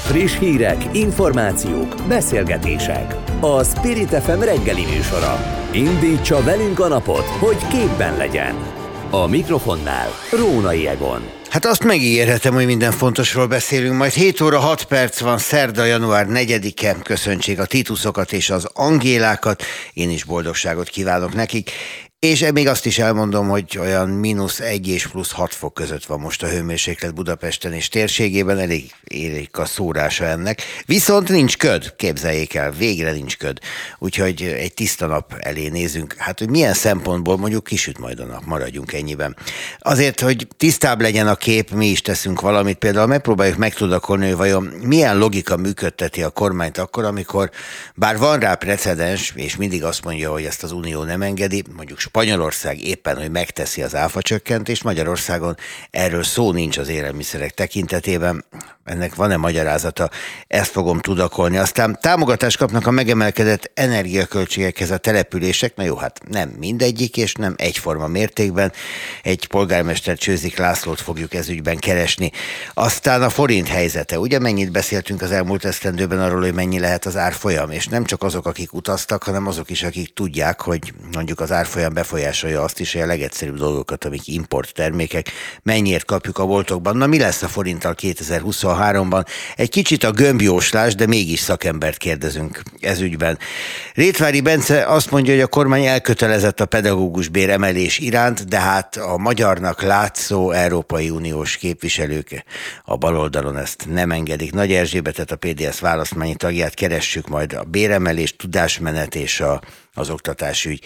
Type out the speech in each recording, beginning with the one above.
Friss hírek, információk, beszélgetések. A Spirit FM reggeli műsora. Indítsa velünk a napot, hogy képben legyen. A mikrofonnál Rónai Egon. Hát azt megígérhetem, hogy minden fontosról beszélünk. Majd 7 óra 6 perc van, szerda, január 4-e. Köszöntsék a Tituszokat és az Angélákat. Én is boldogságot kívánok nekik. És még azt is elmondom, hogy olyan -1 és +6 fok között van most a hőmérséklet Budapesten és térségében, elég érik a szórása ennek. Viszont nincs köd, képzeljék el, végre nincs köd. Úgyhogy egy tiszta nap elé nézünk. Hát, hogy milyen szempontból mondjuk kisüt majd a nap, maradjunk ennyiben. Azért, hogy tisztább legyen a kép, mi is teszünk valamit. Például megpróbáljuk megtudakolni, hogy vajon milyen logika működteti a kormányt akkor, amikor bár van rá precedens, és mindig azt mondja, hogy ezt az Unió nem engedi, mondjuk Spanyolország éppen, hogy megteszi az áfacsökkentést, Magyarországon erről szó nincs az élelmiszerek tekintetében. Ennek van-e magyarázata? Ezt fogom tudakolni. Aztán támogatást kapnak a megemelkedett energiaköltségekhez a települések. Na jó, hát nem mindegyik, és nem egyforma mértékben. Egy polgármester, Csőzik Lászlót fogjuk ez ügyben keresni. Aztán a forint helyzete. Ugye mennyit beszéltünk az elmúlt esztendőben arról, hogy mennyi lehet az árfolyam, és nem csak azok, akik utaztak, hanem azok is, akik tudják, hogy mondjuk az árfolyam befolyásolja azt is, hogy a legegyszerűbb dolgokat, amik import termékek, mennyiért kapjuk a boltokban. Na mi lesz a forinttal 2023-ban? Egy kicsit a gömbjóslás, de mégis szakembert kérdezünk ez ügyben. Rétvári Bence azt mondja, hogy a kormány elkötelezett a pedagógus béremelés iránt, de hát a magyarnak látszó Európai Uniós képviselők a baloldalon ezt nem engedik. Nagy Erzsébetet, a PDS választmányi tagját keressük majd a béremelés, tudásmenet és az oktatásügy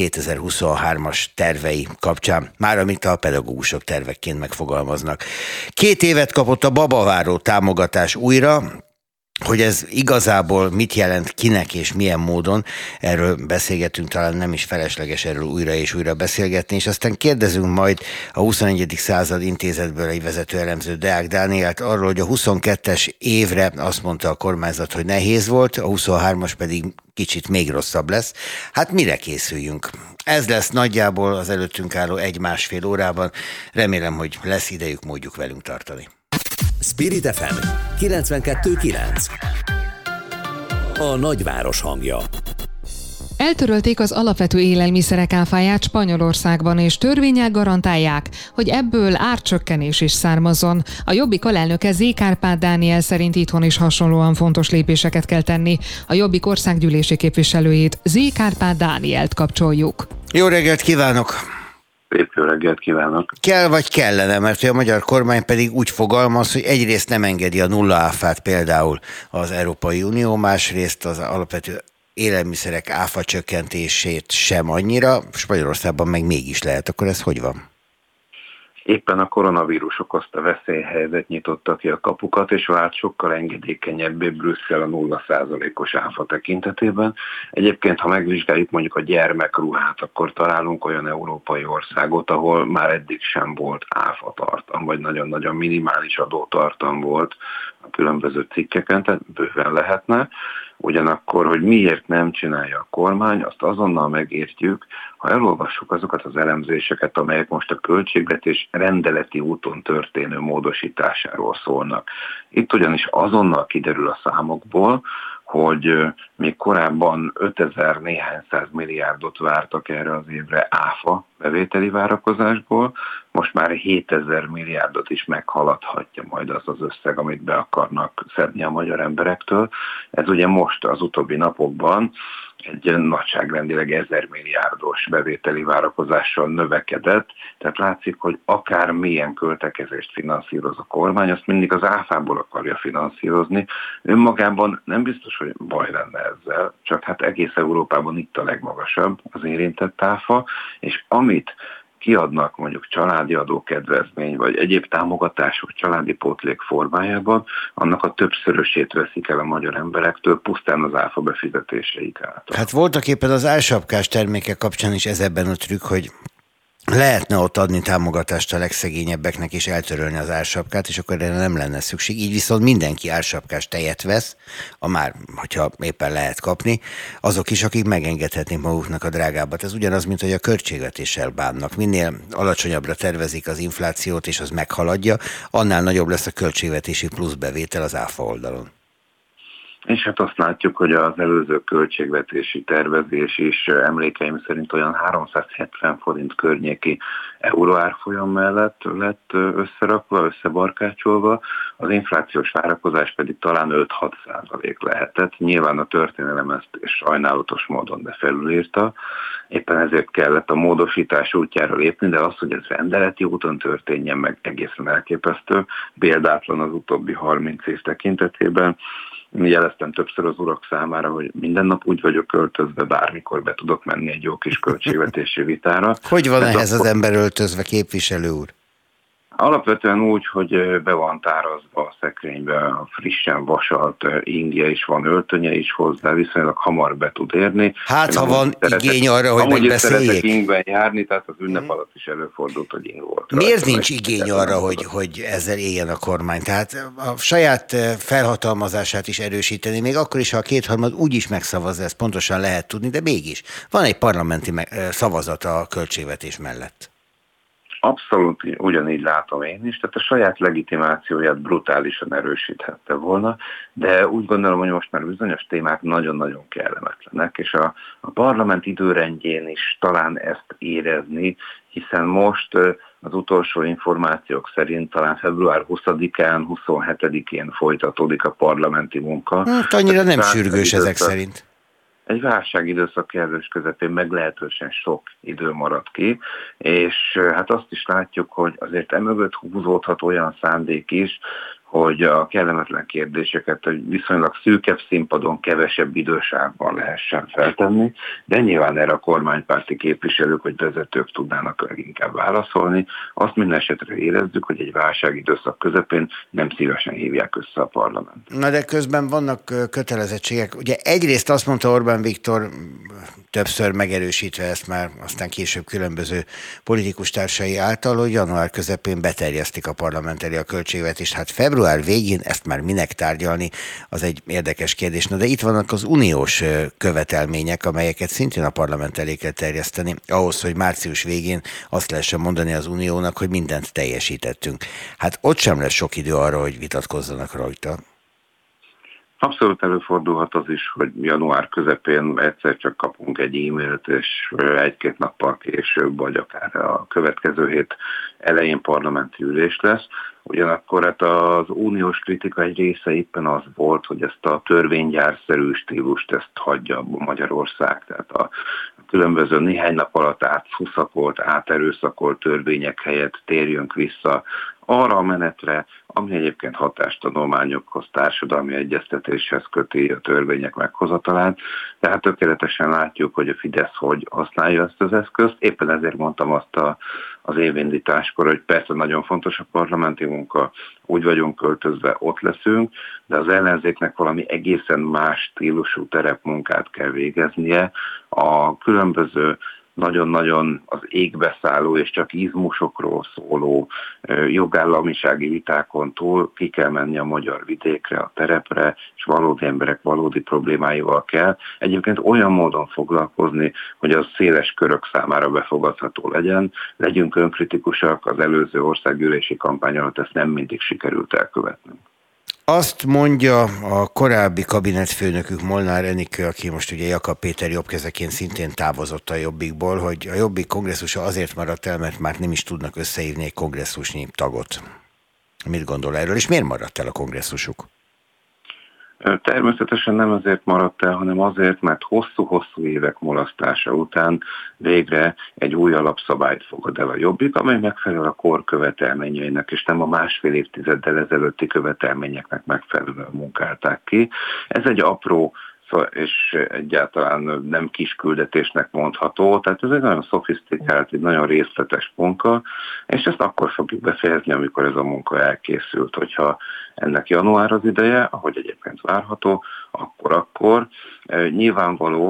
2023-as tervei kapcsán, már amit a pedagógusok tervekként megfogalmaznak. 2 évet kapott a babaváró támogatás újra. Hogy ez igazából mit jelent, kinek és milyen módon, erről beszélgetünk, talán nem is felesleges erről újra és újra beszélgetni, és aztán kérdezünk majd a 21. század intézetből egy vezető elemző, Deák Dánielt arról, hogy a 22-es évre azt mondta a kormányzat, hogy nehéz volt, a 23-as pedig kicsit még rosszabb lesz. Hát mire készüljünk? Ez lesz nagyjából az előttünk álló 1-1,5 órában. Remélem, hogy lesz idejük, módjuk velünk tartani. Spirit FM 92.9. A nagyváros hangja. Eltörölték az alapvető élelmiszerek áfáját Spanyolországban, és törvényel garantálják, hogy ebből árcsökkenés is származzon. A Jobbik alelnöke Z. Kárpát Dániel szerint itthon is hasonlóan fontos lépéseket kell tenni. A Jobbik országgyűlési képviselőjét, Z. Kárpát Dánielt kapcsoljuk. Jó reggelt kívánok! Szép jó reggelt kívánok! Kell vagy kellene, mert a magyar kormány pedig úgy fogalmaz, hogy egyrészt nem engedi a nulla áfát például az Európai Unió, másrészt az alapvető élelmiszerek áfa csökkentését sem annyira, Spanyolországban meg mégis lehet. Akkor ez hogy van? Éppen a koronavírus okozta veszélyhelyzet nyitotta ki a kapukat, és vált sokkal engedékenyebbé Brüsszel a 0%-os áfa tekintetében. Egyébként, ha megvizsgáljuk mondjuk a gyermekruhát, akkor találunk olyan európai országot, ahol már eddig sem volt áfatartam, vagy nagyon-nagyon minimális adótartam volt a különböző cikkeken, tehát bőven lehetne. Ugyanakkor, hogy miért nem csinálja a kormány, azt azonnal megértjük, ha elolvassuk azokat az elemzéseket, amelyek most a költségvetés rendeleti úton történő módosításáról szólnak. Itt ugyanis azonnal kiderül a számokból, hogy még korábban 5000 néhány száz milliárdot vártak erre az évre áfa bevételi várakozásból, most már 7000 milliárdot is meghaladhatja majd az az összeg, amit be akarnak szedni a magyar emberektől. Ez ugye most az utóbbi napokban egy nagyságrendileg 1000 milliárdos bevételi várakozással növekedett, tehát látszik, hogy akár milyen költekezést finanszíroz a kormány, azt mindig az áfából akarja finanszírozni. Önmagában nem biztos, hogy baj lenne ezzel, csak hát egész Európában itt a legmagasabb az érintett áfa, és amit kiadnak mondjuk családi adókedvezmény, vagy egyéb támogatások családi pótlék formájában, annak a többszörösét veszik el a magyar emberektől pusztán az áfa befizetéseik által. Hát voltak éppen az álsapkás termékek kapcsán is ez ebben a trükk, hogy lehetne ott adni támogatást a legszegényebbeknek, és eltörölni az ársapkát, és akkor erre nem lenne szükség. Így viszont mindenki ársapkás tejet vesz, hogyha éppen lehet kapni, azok is, akik megengedhetnék maguknak a drágábbat. Ez ugyanaz, mint hogy a költségvetéssel bánnak. Minél alacsonyabbra tervezik az inflációt, és az meghaladja, annál nagyobb lesz a költségvetési pluszbevétel az áfa oldalon. És hát azt látjuk, hogy az előző költségvetési tervezés is emlékeim szerint olyan 370 forint környéki euróárfolyam mellett lett összerakva, összebarkácsolva, az inflációs várakozás pedig talán 5-6% lehetett. Nyilván a történelem ezt sajnálatos módon felülírta, éppen ezért kellett a módosítás útjára lépni, de az, hogy ez rendeleti úton történjen meg, egészen elképesztő, példátlan az utóbbi 30 év tekintetében. Jeleztem többször az urak számára, hogy minden nap úgy vagyok költözve, bármikor be tudok menni egy jó kis költségvetési vitára. Hogy van ehhez az ember öltözve, képviselő úr? Alapvetően úgy, hogy be van tárazva a szekrénybe, a frissen vasalt ingje is van, öltönye is hozzá, viszonylag hamar be tud érni. Hát, ha van igény arra, hogy megbeszéljék. Szeretek ingben járni, tehát az ünnep alatt is előfordult, hogy ing volt. Miért nincs igény arra, hogy ezzel éljen a kormány? Tehát a saját felhatalmazását is erősíteni, még akkor is, ha a kétharmad úgy is megszavazza, ezt pontosan lehet tudni, de mégis van egy parlamenti szavazata a költségvetés mellett. Abszolút ugyanígy látom én is, tehát a saját legitimációját brutálisan erősíthette volna, de úgy gondolom, hogy most már bizonyos témák nagyon-nagyon kellemetlenek, és a parlament időrendjén is talán ezt érezni, hiszen most az utolsó információk szerint talán február 20-án, 27-én folytatódik a parlamenti munka. Hát annyira nem sürgős ezek szerint. Egy válságidőszak kellős közepén meglehetősen sok idő maradt ki, és hát azt is látjuk, hogy azért emögött húzódhat olyan szándék is, hogy a kellemetlen kérdéseket viszonylag szűkebb színpadon, kevesebb idősávban lehessen feltenni, de nyilván erre a kormánypárti képviselők vagy vezetők tudnának leginkább válaszolni. Azt minden esetre érezzük, hogy egy válságidőszak közepén nem szívesen hívják össze a parlament. Na de közben vannak kötelezettségek. Ugye egyrészt azt mondta Orbán Viktor, többször megerősítve ezt már aztán később különböző politikus társai által, hogy január közepén beterjesztik a parlament elé a költségvetést. Hát február végén ezt már minek tárgyalni, az egy érdekes kérdés. Na de itt vannak az uniós követelmények, amelyeket szintén a parlament elé kell terjeszteni, ahhoz, hogy március végén azt lehessen mondani az uniónak, hogy mindent teljesítettünk. Hát ott sem lesz sok idő arra, hogy vitatkozzanak rajta. Abszolút előfordulhat az is, hogy január közepén egyszer csak kapunk egy e-mailt, és egy-két nappal később, vagy akár a következő hét elején parlamenti ülés lesz. Ugyanakkor hát az uniós kritika egy része éppen az volt, hogy ezt a törvénygyárszerű stílust ezt hagyja Magyarország. Tehát a különböző néhány nap alatt átszuszakolt, áterőszakolt törvények helyett térjünk vissza arra a menetre, ami egyébként hatástanulmányokhoz, társadalmi egyeztetéshez köti a törvények meghozatalát. Tehát tökéletesen látjuk, hogy a Fidesz hogy használja ezt az eszközt. Éppen ezért mondtam azt az évindításkor, hogy persze nagyon fontos a parlamenti munka, úgy vagyunk költözve, ott leszünk, de az ellenzéknek valami egészen más stílusú terepmunkát kell végeznie. A különböző nagyon-nagyon az égbeszálló és csak izmusokról szóló jogállamisági vitákon túl ki kell menni a magyar vidékre, a terepre, és valódi emberek valódi problémáival kell. Egyébként olyan módon foglalkozni, hogy az széles körök számára befogadható legyen. Legyünk önkritikusak, az előző országgyűlési kampány alatt ezt nem mindig sikerült elkövetnünk. Azt mondja a korábbi kabinetfőnökük Molnár Enikő, aki most ugye Jakab Péter jobbkezeként szintén távozott a Jobbikból, hogy a Jobbik kongresszusa azért maradt el, mert már nem is tudnak összehívni egy kongresszusnyi tagot. Mit gondol erről, és miért maradt el a kongresszusuk? Természetesen nem azért maradt el, hanem azért, mert hosszú-hosszú évek mulasztása után végre egy új alapszabályt fogad el a Jobbik, amely megfelel a kor követelményeinek, és nem a másfél évtizeddel ezelőtti követelményeknek megfelelően munkálták ki. Ez egy apró és egyáltalán nem kis küldetésnek mondható, tehát ez egy nagyon szofisztikált, egy nagyon részletes munka, és ezt akkor fogjuk befejezni, amikor ez a munka elkészült, hogyha ennek január az ideje, ahogy egyébként várható, akkor nyilvánvaló,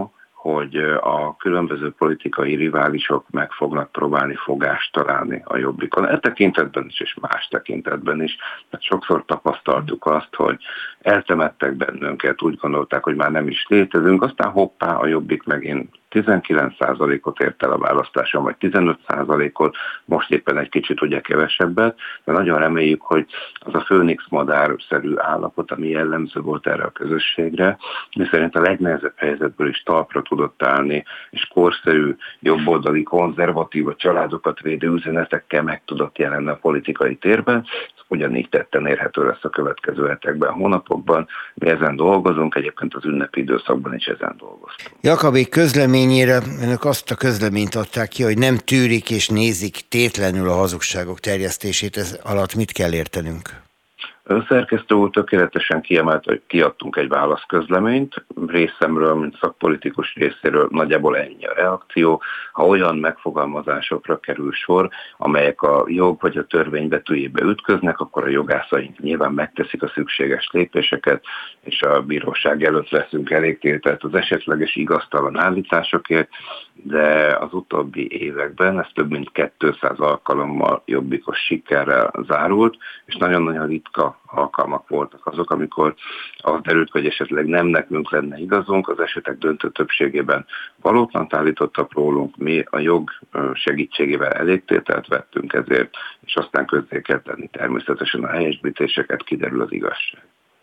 hogy a különböző politikai riválisok meg fognak próbálni fogást találni a Jobbikon. E tekintetben is, és más tekintetben is. Mert sokszor tapasztaltuk azt, hogy eltemettek bennünket, úgy gondolták, hogy már nem is létezünk, aztán hoppá, a Jobbik megint 19%-ot ért el a választáson, vagy 15%-ot, most éppen egy kicsit ugye kevesebbet, de nagyon reméljük, hogy az a főnix madár-szerű állapot, ami jellemző volt erre a közösségre, miszerint a legnehezebb helyzetből is talpra tudott állni, és korszerű, jobboldali, konzervatív, a családokat védő üzenetekkel meg tudott jelenni a politikai térben. Ugyanígy tetten érhető lesz a következő hetekben, hónapokban. Mi ezen dolgozunk, egyébként az ünnepi időszakban is ezen dolgoztunk. Jakabék közleményére önök azt a közleményt adták ki, hogy nem tűrik és nézik tétlenül a hazugságok terjesztését. Ez alatt mit kell értenünk? Szerkesztő úr tökéletesen kiemelt, hogy kiadtunk egy válaszközleményt, részemről, mint szakpolitikus részéről nagyjából ennyi a reakció. Ha olyan megfogalmazásokra kerül sor, amelyek a jog vagy a törvény betűjébe ütköznek, akkor a jogászaink nyilván megteszik a szükséges lépéseket, és a bíróság előtt leszünk elégtételt az esetleges igaztalan állításokért, de az utóbbi években ez több mint 200 alkalommal jobbikos sikerrel zárult, és nagyon-nagyon ritka alkalmak voltak azok, amikor az derült, hogy esetleg nem nekünk lenne igazunk, az esetek döntő többségében valótlant állítottak rólunk, mi a jog segítségével elégtételt vettünk ezért, és aztán közzé kell tenni természetesen a helyesbítéseket, kiderül az igazság.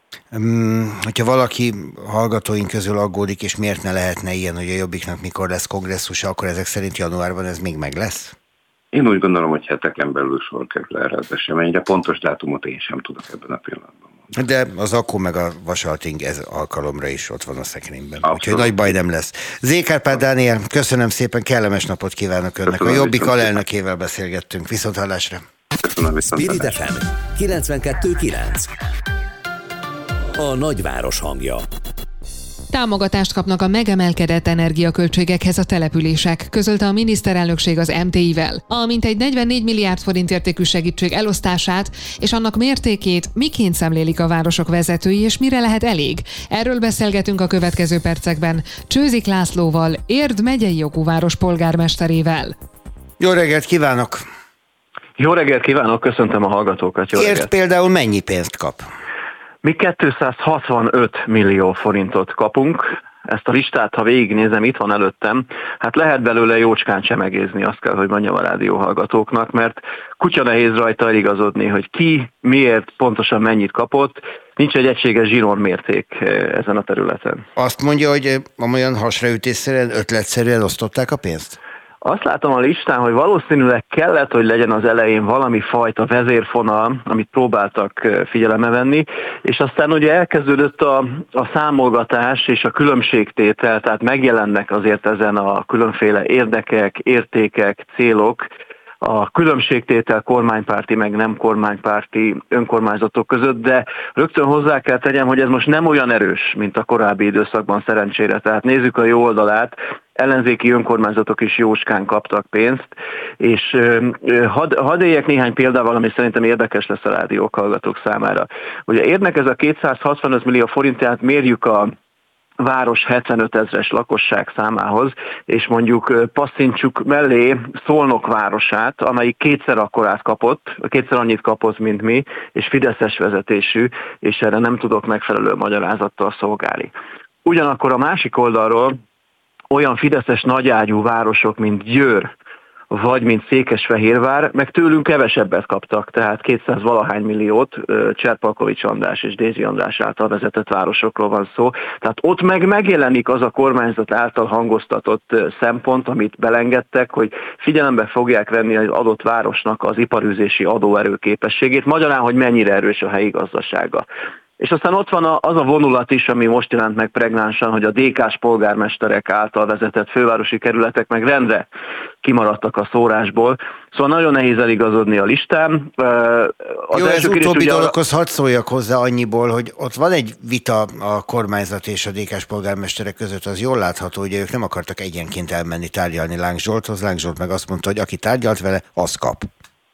Hogyha valaki hallgatóink közül aggódik, és miért ne lehetne ilyen, hogy a Jobbiknak mikor lesz kongresszusa, akkor ezek szerint januárban ez még meg lesz? Én úgy gondolom, hogy heteken belül sor kerül erre az eseményre. Pontos dátumot én sem tudok ebben a pillanatban mondani. De az Akku meg a Vasalting ez alkalomra is ott van a szekrényben. Úgyhogy nagy baj nem lesz. Z. Kárpát Dániel, köszönöm szépen, kellemes napot kívánok önnek. Köszönöm, a Jobbik alelnökével beszélgettünk. Viszonthallásra. Köszönöm, Spirit FM 92.9. A nagyváros hangja. Támogatást kapnak a megemelkedett energiaköltségekhez a települések, közölte a miniszterelnökség az MTI-vel. A mintegy 44 milliárd forint értékű segítség elosztását és annak mértékét miként szemlélik a városok vezetői, és mire lehet elég? Erről beszélgetünk a következő percekben Csőzik Lászlóval, Érd megyei jogú város polgármesterével. Jó reggelt kívánok! Jó reggelt kívánok, köszöntöm a hallgatókat. Érd például mennyi pénzt kap? Mi 265 millió forintot kapunk. Ezt a listát, ha végignézem, itt van előttem, hát lehet belőle jócskán csemegézni, azt kell, hogy mondjam a rádió hallgatóknak, mert kutya nehéz rajta eligazodni, hogy ki, miért, pontosan mennyit kapott. Nincs egy egységes zsinórmérték ezen a területen. Azt mondja, hogy olyan hasraütésszerűen, ötletszerűen osztották a pénzt? Azt látom a listán, hogy valószínűleg kellett, hogy legyen az elején valami fajta vezérfonal, amit próbáltak figyelembe venni, és aztán ugye elkezdődött a számolgatás és a különbségtétel, tehát megjelennek azért ezen a különféle érdekek, értékek, célok, a különbségtétel kormánypárti, meg nem kormánypárti önkormányzatok között, de rögtön hozzá kell tegyem, hogy ez most nem olyan erős, mint a korábbi időszakban szerencsére. Tehát nézzük a jó oldalát, ellenzéki önkormányzatok is jóskán kaptak pénzt, és hadd éljek néhány példával, ami szerintem érdekes lesz a rádiók hallgatók számára. Ugye érnek ez a 265 millió forintját, mérjük a város 75 000-es lakosság számához, és mondjuk passzintsuk mellé Szolnok városát, amelyik kétszer annyit kapott, mint mi, és fideszes vezetésű, és erre nem tudok megfelelő magyarázattal szolgálni. Ugyanakkor a másik oldalról olyan fideszes nagyágyú városok, mint Győr, vagy mint Székesfehérvár, meg tőlünk kevesebbet kaptak, tehát 200 valahány milliót, Cserpalkovics András és Dézsi András által vezetett városokról van szó. Tehát ott megjelenik az a kormányzat által hangoztatott szempont, amit belengedtek, hogy figyelembe fogják venni az adott városnak az iparűzési adóerő képességét, magyarán, hogy mennyire erős a helyi gazdasága. És aztán ott van az a vonulat is, ami most jelent meg pregnánsan, hogy a DK-s polgármesterek által vezetett fővárosi kerületek meg rendre kimaradtak a szórásból. Szóval nagyon nehéz eligazodni a listán. Jó, ez utóbbi dologhoz hadd szóljak hozzá annyiból, hogy ott van egy vita a kormányzat és a DK-s polgármesterek között, az jól látható, hogy ők nem akartak egyenként elmenni tárgyalni Láng Zsolthoz. Láng Zsolt meg azt mondta, hogy aki tárgyalt vele, az kap.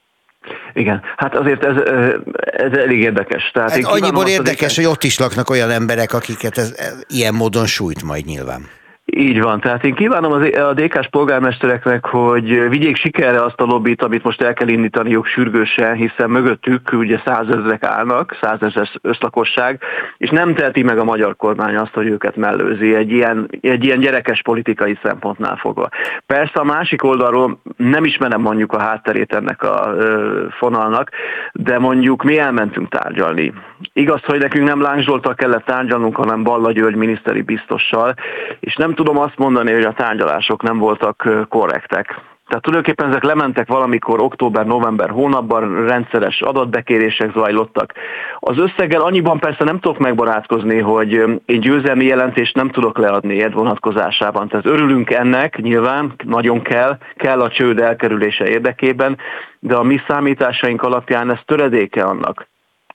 Igen, hát azért ez elég érdekes. Tehát annyiból érdekes, hogy ott is laknak olyan emberek, akiket ez ilyen módon sújt majd nyilván. Így van, tehát én kívánom a DK-s polgármestereknek, hogy vigyék sikerre azt a lobbit, amit most el kell indítaniuk sürgősen, hiszen mögöttük ugye 100 000 állnak, 100 000 összlakosság, és nem teheti meg a magyar kormány azt, hogy őket mellőzi egy ilyen gyerekes politikai szempontnál fogva. Persze a másik oldalról nem ismerem mondjuk a hátterét ennek a fonalnak, de mondjuk mi elmentünk tárgyalni. Igaz, hogy nekünk nem Láng Zsolttal kellett tárgyalnunk, hanem Balla György miniszteri biztossal, és nem tudom azt mondani, hogy a tárgyalások nem voltak korrektek. Tehát tulajdonképpen ezek lementek valamikor október-november hónapban, rendszeres adatbekérések zajlottak. Az összeggel annyiban persze nem tudok megbarátkozni, hogy én győzelmi jelentést nem tudok leadni ilyen vonatkozásában. Tehát örülünk ennek, nyilván nagyon kell a csőd elkerülése érdekében, de a mi számításaink alapján ez töredéke annak,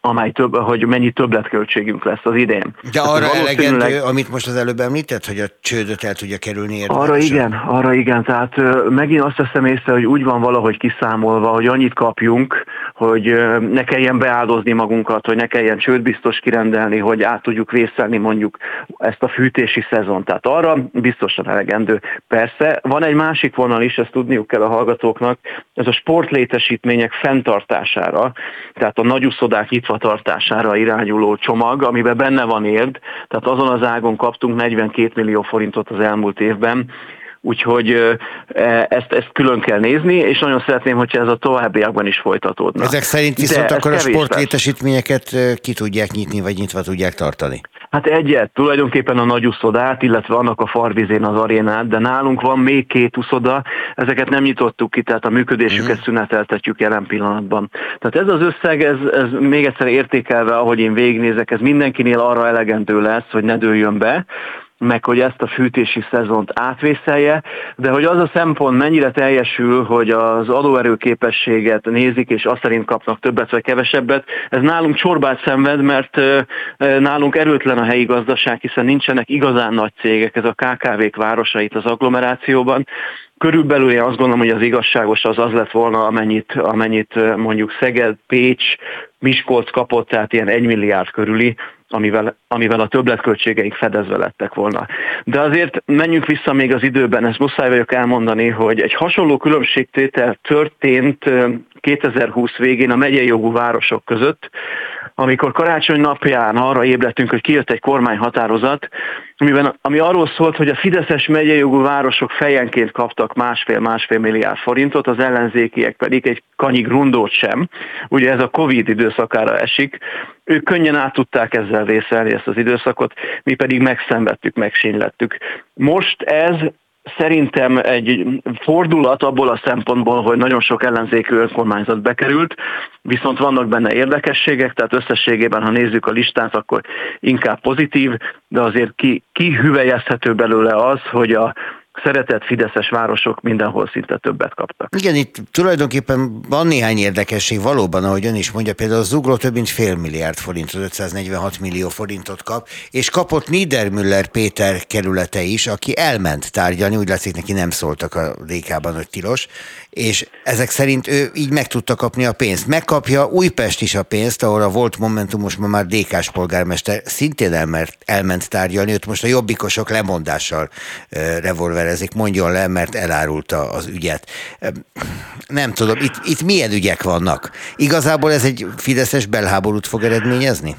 hogy mennyi többletköltségünk lesz az idén. De arra elegendő, amit most az előbb említett, hogy a csődöt el tudja kerülni érdemesen? Arra igen, tehát megint azt veszem észre, hogy úgy van valahogy kiszámolva, hogy annyit kapjunk, hogy ne kelljen beáldozni magunkat, hogy ne kelljen csődbiztos kirendelni, hogy át tudjuk vészelni mondjuk ezt a fűtési szezon. Tehát arra biztosan elegendő. Persze, van egy másik vonal is, ezt tudniuk kell a hallgatóknak, ez a sportlétesítmények fenntartására, tehát a nagyuszodák nyitvatartására irányuló csomag, amiben benne van érd, tehát azon az ágon kaptunk 42 millió forintot az elmúlt évben, úgyhogy ezt külön kell nézni, és nagyon szeretném, hogyha ez a továbbiakban is folytatódna. Ezek szerint viszont akkor a sportlétesítményeket ki tudják nyitni, vagy nyitva tudják tartani? Hát egyet, tulajdonképpen a nagy uszodát, illetve annak a farvizén az arénát, de nálunk van még 2 uszoda, ezeket nem nyitottuk ki, tehát a működésüket szüneteltetjük jelen pillanatban. Tehát ez az összeg, ez még egyszer értékelve, ahogy én végignézek, ez mindenkinél arra elegendő lesz, hogy ne dőljön be, meg hogy ezt a fűtési szezont átvészelje, de hogy az a szempont mennyire teljesül, hogy az adóerőképességet nézik, és azt szerint kapnak többet vagy kevesebbet, ez nálunk csorbát szenved, mert nálunk erőtlen a helyi gazdaság, hiszen nincsenek igazán nagy cégek, ez a KKV-k városait az agglomerációban. Körülbelül én azt gondolom, hogy az igazságos az lett volna, amennyit mondjuk Szeged, Pécs, Miskolc kapott, tehát ilyen 1 milliárd körüli, amivel a többletköltségeik fedezve lettek volna. De azért menjünk vissza még az időben, ezt muszáj vagyok elmondani, hogy egy hasonló különbségtétel történt 2020 végén a megyei jogú városok között, amikor karácsony napján arra ébredtünk, hogy kijött egy kormányhatározat, ami arról szólt, hogy a fideszes megyei jogú városok fejenként kaptak másfél milliárd forintot, az ellenzékiek pedig egy kanyi grundót sem. Ugye ez a Covid időszakára esik. Ők könnyen át tudták ezzel vészelni ezt az időszakot, mi pedig megszenvedtük, megsínlettük. Most ez szerintem egy fordulat abból a szempontból, hogy nagyon sok ellenzékű önkormányzat bekerült, viszont vannak benne érdekességek, tehát összességében, ha nézzük a listát, akkor inkább pozitív, de azért kihüvelyezhető belőle az, hogy a szeretett fideszes városok mindenhol szinte többet kaptak. Igen, itt tulajdonképpen van néhány érdekesség valóban, ahogy ön is mondja, például a Zugló több mint fél milliárd forintot, 546 millió forintot kap, és kapott Niedermüller Péter kerülete is, aki elment tárgyalni, úgy látszik neki nem szóltak a DK-ban, hogy tilos, és ezek szerint ő így meg tudta kapni a pénzt. Megkapja Újpest is a pénzt, ahol a volt Momentumos, ma már DK-s polgármester szintén elment tárgyalni, őt most a jobbikosok lemondással revolverezik, mondjon le, mert elárulta az ügyet. Nem tudom, itt milyen ügyek vannak? Igazából ez egy fideszes belháborút fog eredményezni?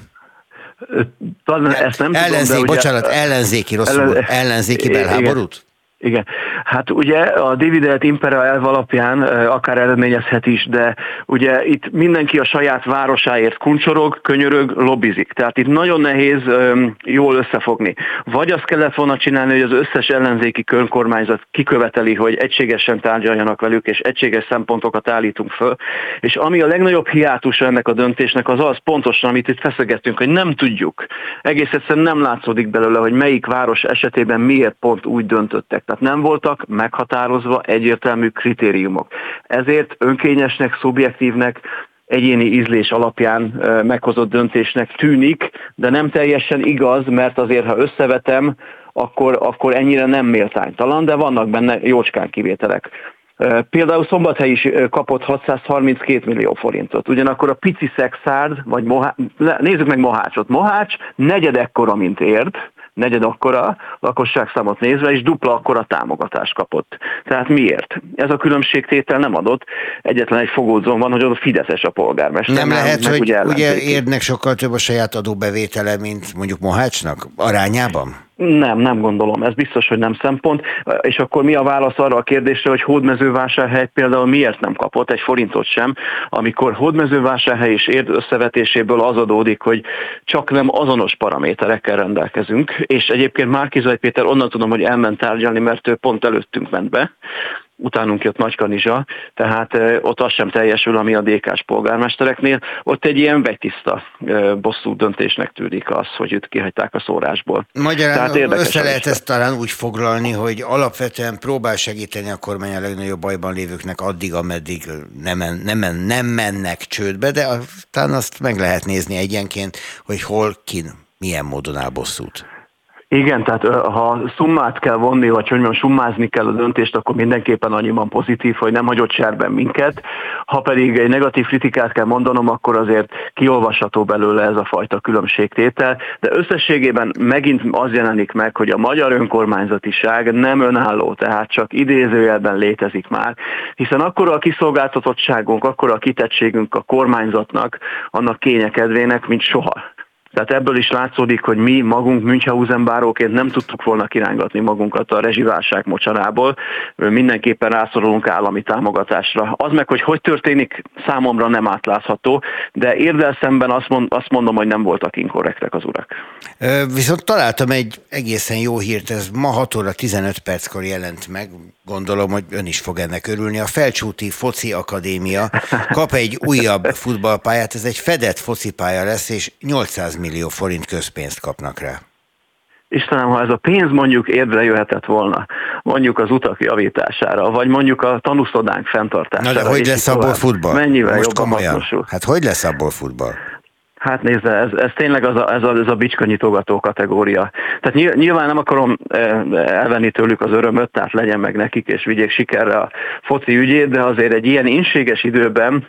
Ezt nem tudom, ellenzéki belháborút? Igen. Hát ugye a dividend impera elv alapján akár eredményezhet is, de ugye itt mindenki a saját városáért kuncsorog, könyörög, lobbizik. Tehát itt nagyon nehéz jól összefogni. Vagy azt kellett volna csinálni, hogy az összes ellenzéki önkormányzat kiköveteli, hogy egységesen tárgyaljanak velük, és egységes szempontokat állítunk föl. És ami a legnagyobb hiátusa ennek a döntésnek az pontosan, amit itt feszegettünk, hogy nem tudjuk. Egész egyszerűen nem látszódik belőle, hogy melyik város esetében miért pont úgy döntöttek. Tehát nem voltak meghatározva egyértelmű kritériumok. Ezért önkényesnek, szubjektívnek, egyéni ízlés alapján meghozott döntésnek tűnik, de nem teljesen igaz, mert azért, ha összevetem, akkor ennyire nem méltánytalan, de vannak benne jócskán kivételek. Például Szombathely is kapott 632 millió forintot. Ugyanakkor a pici Szexárd, vagy nézzük meg Mohácsot. Mohács negyedekkora, mint Érd, negyed akkora lakosságszámot nézve, és dupla akkora támogatást kapott. Tehát miért? Ez a különbségtétel nem adott. Egyetlen egy fogódzón van, hogy ott fideszes a polgármester. Nem lehet, hogy ugye Érdnek sokkal több a saját adóbevétele, mint mondjuk Mohácsnak arányában? Nem gondolom, ez biztos, hogy nem szempont. És akkor mi a válasz arra a kérdésre, hogy Hódmezővásárhely például miért nem kapott egy forintot sem, amikor Hódmezővásárhely és Érd összevetéséből az adódik, hogy csak nem azonos paraméterekkel rendelkezünk, és egyébként Márki-Zay Péter onnan tudom, hogy elment tárgyalni, mert ő pont előttünk ment be, utánunk jött Nagykanizsa, tehát ott az sem teljesül, ami a DK-s polgármestereknél. Ott egy ilyen vegytiszta bosszú döntésnek tűnik az, hogy őt kihagyták a szórásból. Magyarán össze lehet ezt talán úgy foglalni, hogy alapvetően próbál segíteni a kormány a legnagyobb bajban lévőknek addig, ameddig nem mennek csődbe, de aztán azt meg lehet nézni egyenként, hogy hol, kin, milyen módon áll bosszút. Igen, tehát ha szummát kell vonni, vagy hogy mondjam, summázni kell a döntést, akkor mindenképpen annyiban pozitív, hogy nem hagyott cserben minket. Ha pedig egy negatív kritikát kell mondanom, akkor azért kiolvasható belőle ez a fajta különbségtétel, de összességében megint az jelenik meg, hogy a magyar önkormányzatiság nem önálló, tehát csak idézőjelben létezik már, hiszen akkora a kiszolgáltatottságunk, akkora a kitettségünk a kormányzatnak, annak kényekedvének, mint soha. Tehát ebből is látszódik, hogy mi magunk Münchhausen báróként nem tudtuk volna kirángatni magunkat a rezsiválság mocsarából, mindenképpen rászorulunk állami támogatásra. Az meg, hogy történik, számomra nem átlátható, de Érddel szemben azt mondom, hogy nem voltak inkorrektek az urak. Viszont találtam egy egészen jó hírt, ez ma 6 óra 15 perckor jelent meg, gondolom, hogy ön is fog ennek örülni. A Felcsúti Foci Akadémia kap egy újabb futballpályát, ez egy fedett focipálya lesz, és 800 millió forint közpénzt kapnak rá. Istenem, ha ez a pénz mondjuk Érdre jöhetett volna, mondjuk az utak javítására, vagy mondjuk a tanúszodánk fenntartására. Na de hogy lesz abból futball? Mennyivel most jobban komolyan. hasznosul? Hát hogy lesz abból futball? Hát nézze, ez tényleg ez a bicskanyitogató kategória. Tehát nyilván nem akarom elvenni tőlük az örömöt, tehát legyen meg nekik, és vigyék sikerre a foci ügyét, de azért egy ilyen inséges időben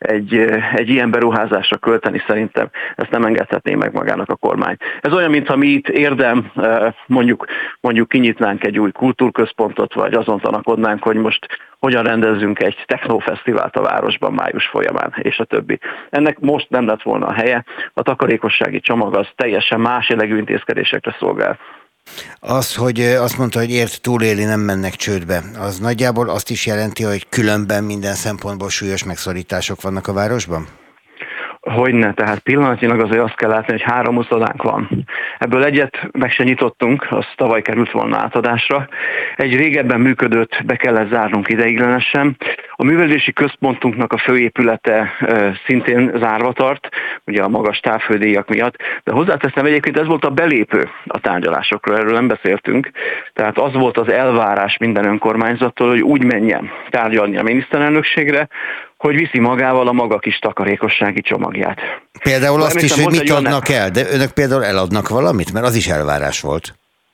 egy ilyen beruházásra költeni szerintem ezt nem engedhetné meg magának a kormány. Ez olyan, mintha mi itt Érdem mondjuk kinyitnánk egy új kultúrközpontot, vagy azon tanakodnánk, hogy most hogyan rendezzünk egy technófesztivált a városban május folyamán, és a többi. Ennek most nem lett volna a helye, a takarékossági csomag az teljesen más jellegű intézkedésekre szolgál. Az, hogy azt mondta, hogy Érd túléli, nem mennek csődbe, az nagyjából azt is jelenti, hogy különben minden szempontból súlyos megszorítások vannak a városban? Hogyne, tehát pillanatnyilag azért azt kell látni, hogy 3 uszodánk van. Ebből egyet meg se nyitottunk, az tavaly került volna átadásra. Egy régebben működött, be kellett zárnunk ideiglenesen. A művelési központunknak a főépülete szintén zárva tart, ugye a magas távhődíjak miatt, de hozzáteszem egyébként ez volt a belépő a tárgyalásokról, erről nem beszéltünk. Tehát az volt az elvárás minden önkormányzattól, hogy úgy menjen tárgyalni a miniszterelnökségre, hogy viszi magával a maga kis takarékossági csomagját. Például azt is, hogy mit adnak el, de önök például eladnak valamit, mert az is elvárás volt.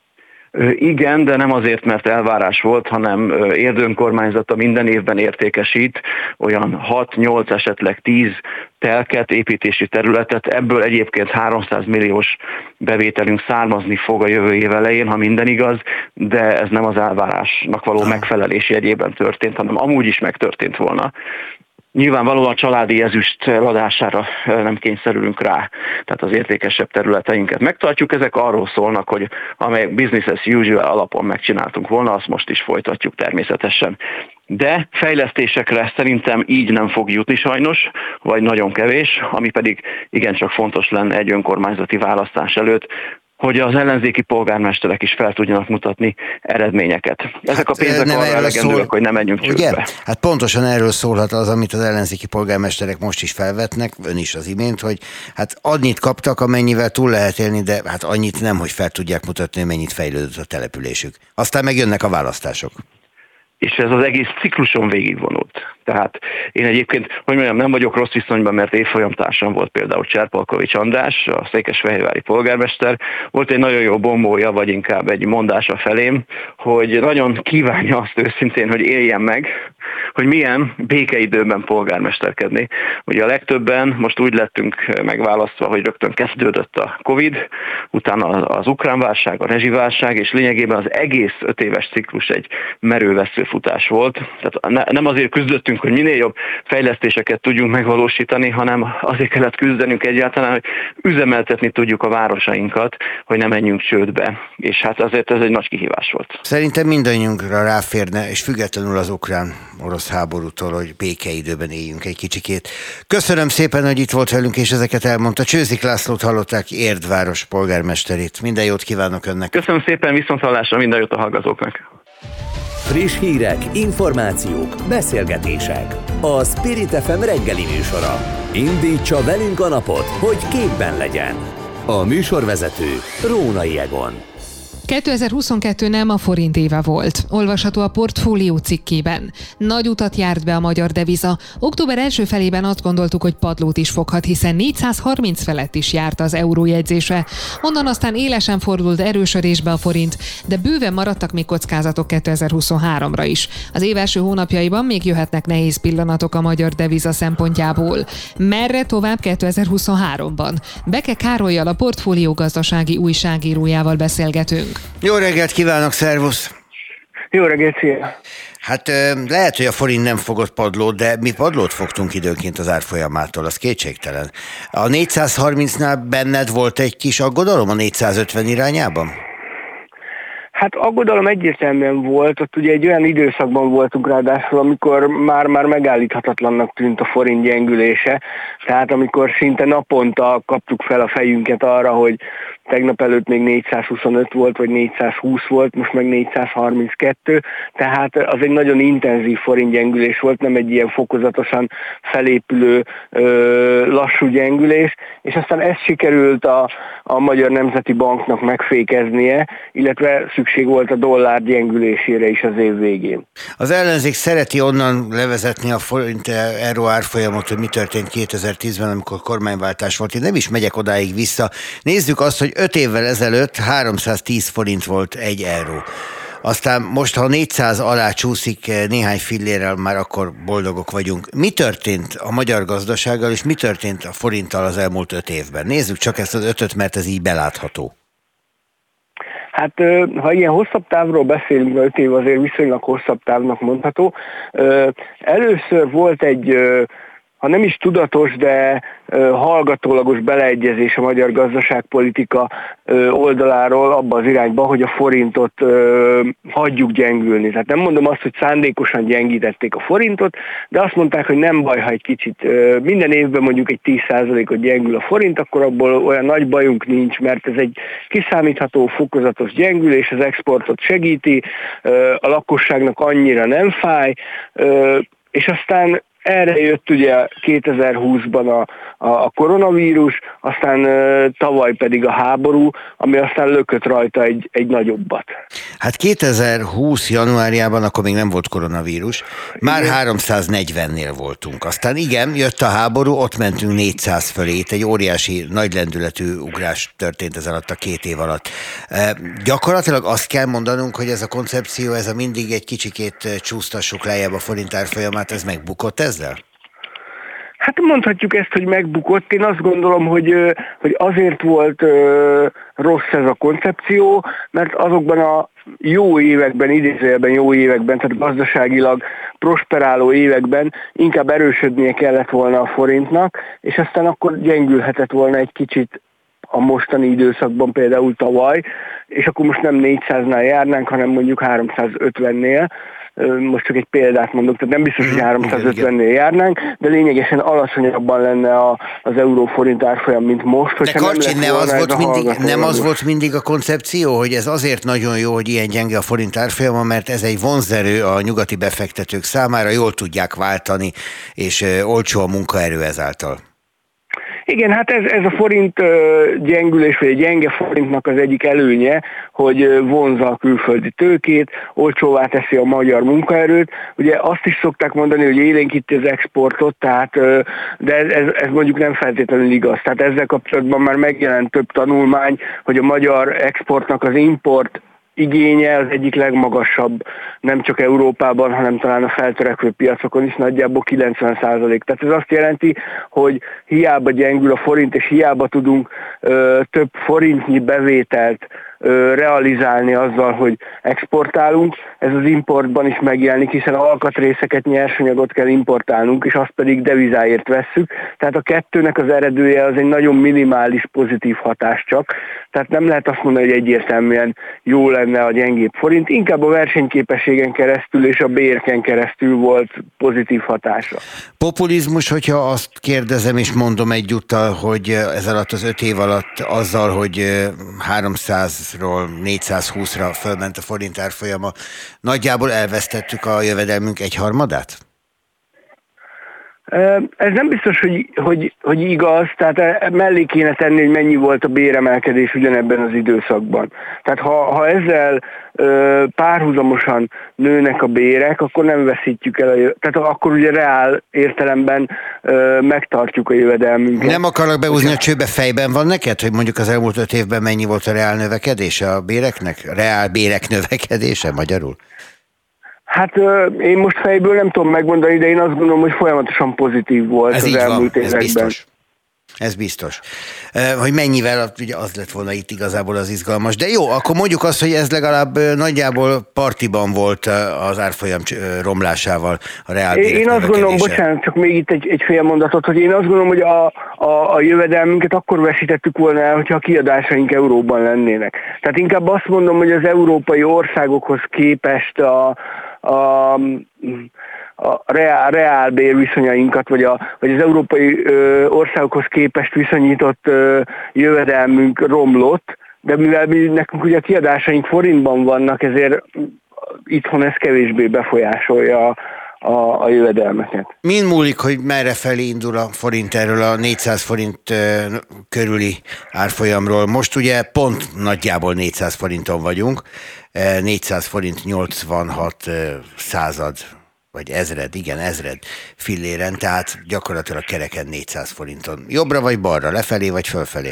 Igen, de nem azért, mert elvárás volt, hanem Érd önkormányzata minden évben értékesít olyan 6-8, esetleg 10 telket, építési területet, ebből egyébként 300 milliós bevételünk származni fog a jövő év elején, ha minden igaz, de ez nem az elvárásnak való megfelelés jegyében történt, hanem amúgy is megtörtént volna. Nyilvánvalóan a családi ezüst eladására nem kényszerülünk rá, tehát az értékesebb területeinket megtartjuk, ezek arról szólnak, hogy amely business as usual alapon megcsináltunk volna, azt most is folytatjuk természetesen. De fejlesztésekre szerintem így nem fog jutni sajnos, vagy nagyon kevés, ami pedig igencsak fontos lenne egy önkormányzati választás előtt, hogy az ellenzéki polgármesterek is fel tudjanak mutatni eredményeket. Ezek a pénzek arra elegendőek, hogy ne menjünk csődbe. Hát pontosan erről szólhat az, amit az ellenzéki polgármesterek most is felvetnek, ön is az imént, hogy hát annyit kaptak, amennyivel túl lehet élni, de hát annyit nem, hogy fel tudják mutatni, hogy mennyit fejlődött a településük. Aztán megjönnek a választások. És ez az egész cikluson végigvonult. Tehát én egyébként, hogy mondjam, nem vagyok rossz viszonyban, mert évfolyamtársam volt például Cserpalkovics András, a székesfehérvári polgármester. Volt egy nagyon jó bombója, vagy inkább egy mondása felém, hogy nagyon kívánja azt őszintén, hogy éljen meg, hogy milyen békeidőben polgármesterkedni. Ugye a legtöbben most úgy lettünk megválasztva, hogy rögtön kezdődött a Covid, utána az ukrán válság, a rezsiválság, és lényegében az egész 5 éves ciklus egy merővesző futás volt. Tehát nem azért küzdöttünk, hogy minél jobb fejlesztéseket tudjunk megvalósítani, hanem azért kellett küzdenünk egyáltalán, hogy üzemeltetni tudjuk a városainkat, hogy ne menjünk csődbe. És hát azért ez egy nagy kihívás volt. Szerintem mindannyiunkra ráférne, és függetlenül az ukrán-orosz háborútól, hogy békeidőben éljünk egy kicsikét. Köszönöm szépen, hogy itt volt velünk, és ezeket elmondta. Csőzik Lászlót hallották, Érdváros polgármesterét. Minden jót kívánok önnek. Köszönöm szépen, viszonthallásra, minden jót a hallgatóknak. Friss hírek, információk, beszélgetések. A Spirit FM reggeli műsora. Indítsa velünk a napot, hogy képben legyen. A műsorvezető Rónai Egon. 2022 nem a forint éve volt. Olvasható a Portfólió cikkében. Nagy utat járt be a magyar deviza. Október első felében azt gondoltuk, hogy padlót is foghat, hiszen 430 felett is járt az euró jegyzése. Onnan aztán élesen fordult erősödésbe a forint, de bőven maradtak még kockázatok 2023-ra is. Az év első hónapjaiban még jöhetnek nehéz pillanatok a magyar deviza szempontjából. Merre tovább 2023-ban? Beke Károllyal, a Portfólió gazdasági újságírójával beszélgetünk. Jó reggelt kívánok, szervusz! Jó reggelt, szia! Hát lehet, hogy a forint nem fogott padlót, de mi padlót fogtunk időnként az árfolyamától, az kétségtelen. A 430-nál benned volt egy kis aggodalom a 450 irányában? Hát aggodalom egyértelműen volt, ott ugye egy olyan időszakban voltunk ráadásul, amikor már megállíthatatlannak tűnt a forint gyengülése, tehát amikor szinte naponta kaptuk fel a fejünket arra, hogy tegnap előtt még 425 volt, vagy 420 volt, most meg 432, tehát az egy nagyon intenzív forintgyengülés volt, nem egy ilyen fokozatosan felépülő lassú gyengülés, és aztán ezt sikerült a Magyar Nemzeti Banknak megfékeznie, illetve szükség volt a dollár gyengülésére is az év végén. Az ellenzék szereti onnan levezetni a forint euró árfolyamot, hogy mi történt 2010-ben, amikor kormányváltás volt. Én nem is megyek odáig vissza. Nézzük azt, hogy 5 évvel ezelőtt 310 forint volt 1 euró. Aztán most, ha 400 alá csúszik néhány fillérrel, már akkor boldogok vagyunk. Mi történt a magyar gazdasággal, és mi történt a forinttal az elmúlt 5 évben? Nézzük csak ezt az 5-öt, mert ez így belátható. Hát, ha ilyen hosszabb távról beszélünk, 5 év azért viszonylag hosszabb távnak mondható. Először volt egy, ha nem is tudatos, de hallgatólagos beleegyezés a magyar gazdaságpolitika oldaláról abba az irányba, hogy a forintot hagyjuk gyengülni. Tehát nem mondom azt, hogy szándékosan gyengítették a forintot, de azt mondták, hogy nem baj, ha egy kicsit minden évben mondjuk egy 10%-ot gyengül a forint, akkor abból olyan nagy bajunk nincs, mert ez egy kiszámítható, fokozatos gyengülés, az exportot segíti, a lakosságnak annyira nem fáj, és aztán erre jött ugye 2020-ban a koronavírus, aztán tavaly pedig a háború, ami aztán lökött rajta egy nagyobbat. Hát 2020 januárjában, akkor még nem volt koronavírus, már 340-nél voltunk. Aztán igen, jött a háború, ott mentünk 400 fölé, egy óriási, nagy lendületű ugrás történt ez alatt a 2 év alatt. Gyakorlatilag azt kell mondanunk, hogy ez a koncepció, ez a mindig egy kicsikét csúsztassuk lejjebb a forint árfolyamát, ez megbukott ezzel? Hát mondhatjuk ezt, hogy megbukott. Én azt gondolom, hogy azért volt rossz ez a koncepció, mert azokban a jó években, idézőjelben jó években, tehát gazdaságilag prosperáló években inkább erősödnie kellett volna a forintnak, és aztán akkor gyengülhetett volna egy kicsit a mostani időszakban, például tavaly, és akkor most nem 400-nál járnánk, hanem mondjuk 350-nél. Most csak egy példát mondok, tehát nem biztos, hogy 350-nél járnánk, de lényegesen alacsonyabban lenne az euró-forint árfolyam, mint most. De Karcsi, nem az volt mindig a koncepció, hogy ez azért nagyon jó, hogy ilyen gyenge a forint árfolyama, mert ez egy vonzerő a nyugati befektetők számára, jól tudják váltani, és olcsó a munkaerő ezáltal. Igen, hát ez a forint gyengülés, vagy a gyenge forintnak az egyik előnye, hogy vonzza a külföldi tőkét, olcsóvá teszi a magyar munkaerőt. Ugye azt is szokták mondani, hogy élénkíti az exportot, tehát, de ez mondjuk nem feltétlenül igaz. Tehát ezzel kapcsolatban már megjelent több tanulmány, hogy a magyar exportnak az import igénye az egyik legmagasabb, nem csak Európában, hanem talán a feltörekvő piacokon is, nagyjából 90%. Tehát ez azt jelenti, hogy hiába gyengül a forint, és hiába tudunk több forintnyi bevételt realizálni azzal, hogy exportálunk, ez az importban is megjelenik, hiszen alkatrészeket, nyersanyagot kell importálnunk, és azt pedig devizáért vesszük. Tehát a kettőnek az eredője az egy nagyon minimális pozitív hatás csak. Tehát nem lehet azt mondani, hogy egyértelműen jó lenne a gyengébb forint, inkább a versenyképességen keresztül és a bérken keresztül volt pozitív hatása. Populizmus, hogyha azt kérdezem és mondom egyúttal, hogy ez alatt az 5 év alatt azzal, hogy 300-ról 420-ra fölment a forint árfolyama, nagyjából elvesztettük a jövedelmünk egyharmadát? Ez nem biztos, hogy igaz, tehát mellé kéne tenni, hogy mennyi volt a béremelkedés ugyanebben az időszakban. Tehát ha ezzel párhuzamosan nőnek a bérek, akkor nem veszítjük el, tehát akkor ugye reál értelemben megtartjuk a jövedelmünket. Nem akarok beúzni a csőbe, fejben van neked, hogy mondjuk az elmúlt 5 évben mennyi volt a reál növekedése a béreknek? Reál bérek növekedése magyarul? Hát én most fejből nem tudom megmondani, de én azt gondolom, hogy folyamatosan pozitív volt ez az elmúlt években. Ez biztos. Hogy mennyivel, ugye az lett volna itt igazából az izgalmas. De jó, akkor mondjuk azt, hogy ez legalább nagyjából partiban volt az árfolyam romlásával a reálbérek Én azt gondolom, bocsánat, csak még itt egy fél mondatot, hogy én azt gondolom, hogy a jövedelmünket akkor veszítettük volna el, hogyha a kiadásaink euróban lennének. Tehát inkább azt mondom, hogy az európai országokhoz képest a reálbér viszonyainkat, vagy az európai országokhoz képest viszonyított jövedelmünk romlott, de mivel nekünk ugye a kiadásaink forintban vannak, ezért itthon ez kevésbé befolyásolja a jövedelmeket. Min múlik, hogy merre felé indul a forint erről a 400 forint körüli árfolyamról? Most ugye pont nagyjából 400 forinton vagyunk, 400 forint 86 század, vagy ezred filléren, tehát gyakorlatilag kereken 400 forinton. Jobbra vagy balra, lefelé vagy fölfelé?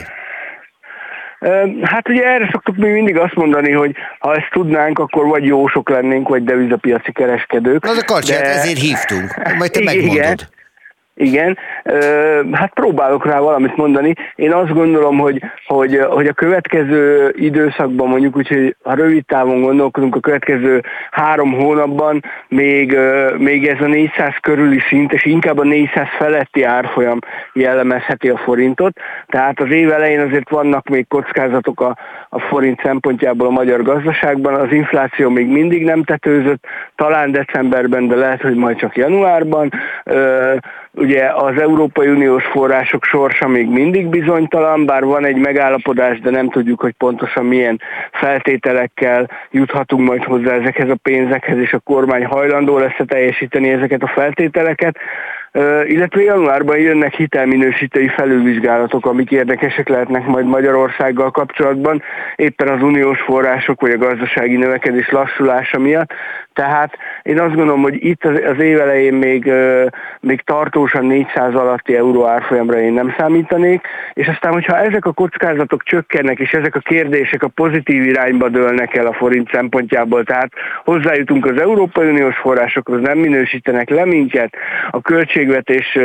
Hát ugye erre szoktuk mi mindig azt mondani, hogy ha ezt tudnánk, akkor vagy jósok lennénk, vagy devizapiaci kereskedők. Az a karcsát, ezért hívtunk, majd te megmondod. Igen, hát próbálok rá valamit mondani. Én azt gondolom, hogy a következő időszakban, mondjuk úgy, hogy ha rövid távon gondolkodunk, a következő 3 hónapban még ez a 400 körüli szint, és inkább a 400 feletti árfolyam jellemezheti a forintot. Tehát az év elején azért vannak még kockázatok a forint szempontjából a magyar gazdaságban. Az infláció még mindig nem tetőzött, talán decemberben, de lehet, hogy majd csak januárban. Ugye az Európai Uniós források sorsa még mindig bizonytalan, bár van egy megállapodás, de nem tudjuk, hogy pontosan milyen feltételekkel juthatunk majd hozzá ezekhez a pénzekhez, és a kormány hajlandó lesz teljesíteni ezeket a feltételeket. Illetve januárban jönnek hitelminősítői felülvizsgálatok, amik érdekesek lehetnek majd Magyarországgal kapcsolatban, éppen az uniós források vagy a gazdasági növekedés lassulása miatt. Tehát én azt gondolom, hogy itt az év elején még tartósan 400 alatti euró árfolyamra én nem számítanék, és aztán, hogyha ezek a kockázatok csökkennek, és ezek a kérdések a pozitív irányba dőlnek el a forint szempontjából, tehát hozzájutunk az Európai Uniós forrásokhoz, nem minősítenek le minket, a költségvetés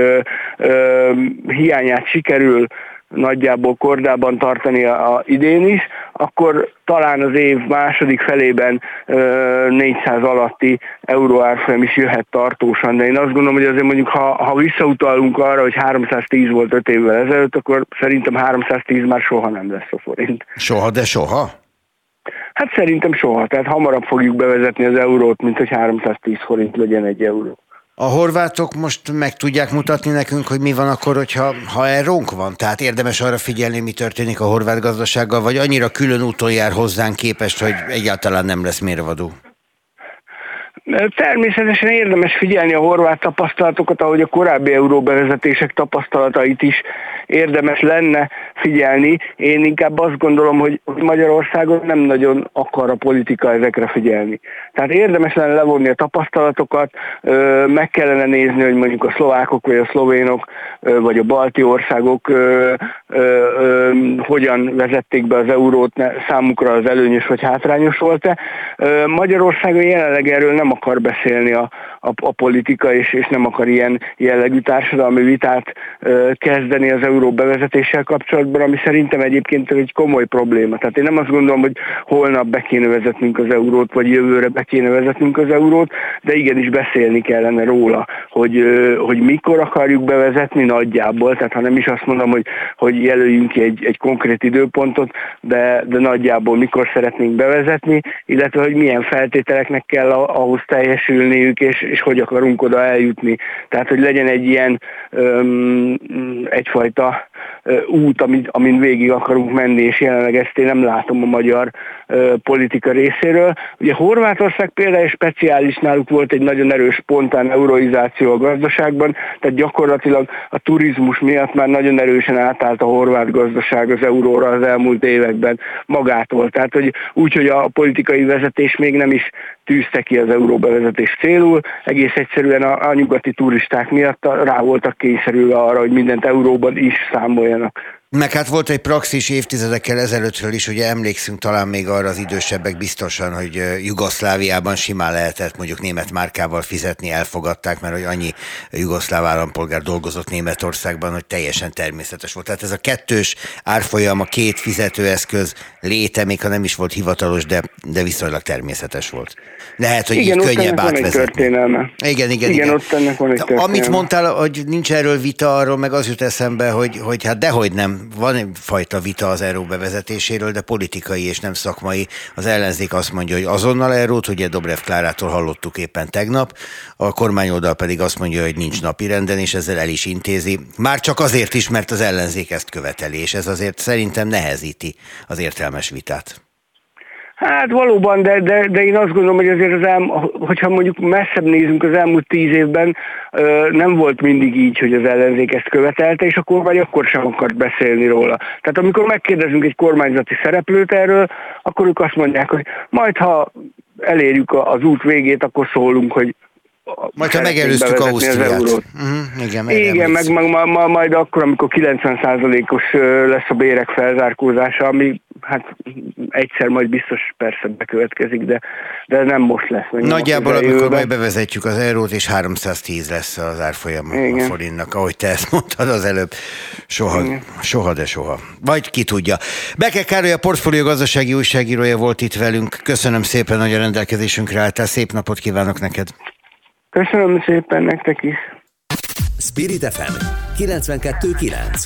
hiányát sikerül nagyjából kordában tartani a idén is, akkor talán az év második felében 400 alatti euróárfolyam is jöhet tartósan, de én azt gondolom, hogy azért mondjuk, ha visszautalunk arra, hogy 310 volt 5 évvel ezelőtt, akkor szerintem 310 már soha nem lesz a forint. Soha, de soha? Hát szerintem soha, tehát hamarabb fogjuk bevezetni az eurót, mint hogy 310 forint legyen egy euró. A horvátok most meg tudják mutatni nekünk, hogy mi van akkor, ha errónk van? Tehát érdemes arra figyelni, mi történik a horvát gazdasággal, vagy annyira külön úton jár hozzánk képest, hogy egyáltalán nem lesz mérvadó? Természetesen érdemes figyelni a horvát tapasztalatokat, ahogy a korábbi euróbevezetések tapasztalatait is, érdemes lenne figyelni. Én inkább azt gondolom, hogy Magyarországon nem nagyon akar a politika ezekre figyelni. Tehát érdemes lenne levonni a tapasztalatokat, meg kellene nézni, hogy mondjuk a szlovákok, vagy a szlovénok, vagy a balti országok hogyan vezették be az eurót, számukra az előnyös vagy hátrányos volt-e. Magyarországon jelenleg erről nem akar beszélni a politika, és nem akar ilyen jellegű társadalmi vitát kezdeni az euró bevezetéssel kapcsolatban, ami szerintem egyébként egy komoly probléma. Tehát én nem azt gondolom, hogy holnap be kéne vezetnünk az eurót, vagy jövőre be kéne vezetnünk az eurót, de igenis beszélni kellene róla, hogy mikor akarjuk bevezetni nagyjából, tehát ha nem is azt mondom, hogy jelöljünk ki egy konkrét időpontot, de nagyjából mikor szeretnénk bevezetni, illetve hogy milyen feltételeknek kell ahhoz teljesülniük, és hogy akarunk oda eljutni. Tehát, hogy legyen egy ilyen egyfajta út, amin végig akarunk menni, és jelenleg ezt én nem látom a magyar politika részéről. Ugye Horvátország például speciális, náluk volt egy nagyon erős spontán euroizáció a gazdaságban, tehát gyakorlatilag a turizmus miatt már nagyon erősen átállt a horvát gazdaság az euróra az elmúlt években magától. Tehát, hogy úgy, hogy a politikai vezetés még nem is tűzte ki az euróbevezetés célul, egész egyszerűen a nyugati turisták miatt rá voltak kényszerülve arra, hogy mindent euróban is számoljanak. Meg hát volt egy praxis évtizedekkel ezelőttről is, ugye emlékszünk talán még arra az idősebbek biztosan, hogy Jugoszláviában simán lehetett mondjuk német márkával fizetni, elfogadták, mert hogy annyi jugoszláv állampolgár dolgozott Németországban, hogy teljesen természetes volt. Tehát ez a kettős árfolyam, a két fizetőeszköz léte, még ha nem is volt hivatalos, de viszonylag természetes volt. Lehet, hogy igen, így könnyebb átvezetni. Igen. Ott ennek van egy történelme. Amit mondtál, hogy nincs erről vita, arról meg az jut eszembe, hogy hát dehogy nem. Van egyfajta vita az euró bevezetéséről, de politikai és nem szakmai. Az ellenzék azt mondja, hogy azonnal eurót, ugye Dobrev Klárától hallottuk éppen tegnap, a kormányoldal pedig azt mondja, hogy nincs napirenden, és ezzel el is intézi. Már csak azért is, mert az ellenzék ezt követeli, és ez azért szerintem nehezíti az értelmes vitát. Hát valóban, de én azt gondolom, hogy azért hogyha mondjuk messzebb nézünk, az elmúlt 10 évben nem volt mindig így, hogy az ellenzék ezt követelte, és a kormány akkor sem akart beszélni róla. Tehát amikor megkérdezünk egy kormányzati szereplőt erről, akkor ők azt mondják, hogy majd ha elérjük az út végét, akkor szólunk, hogy majd ha megelőztük Ausztriát. Igen, meg majd akkor, amikor 90%-os lesz a bérek felzárkózása, ami hát egyszer majd biztos persze bekövetkezik, de nem most lesz. Nagyjából, amikor majd bevezetjük az eurót, és 310 lesz az árfolyam a forintnak, ahogy te ezt mondtad az előbb. Soha, de soha. Vagy ki tudja. Beke Károly, a Portfólió gazdasági újságírója volt itt velünk. Köszönöm szépen, hogy a rendelkezésünkre álltál. Szép napot kívánok neked. Köszönöm szépen nektek is. Spirit FM 92.9.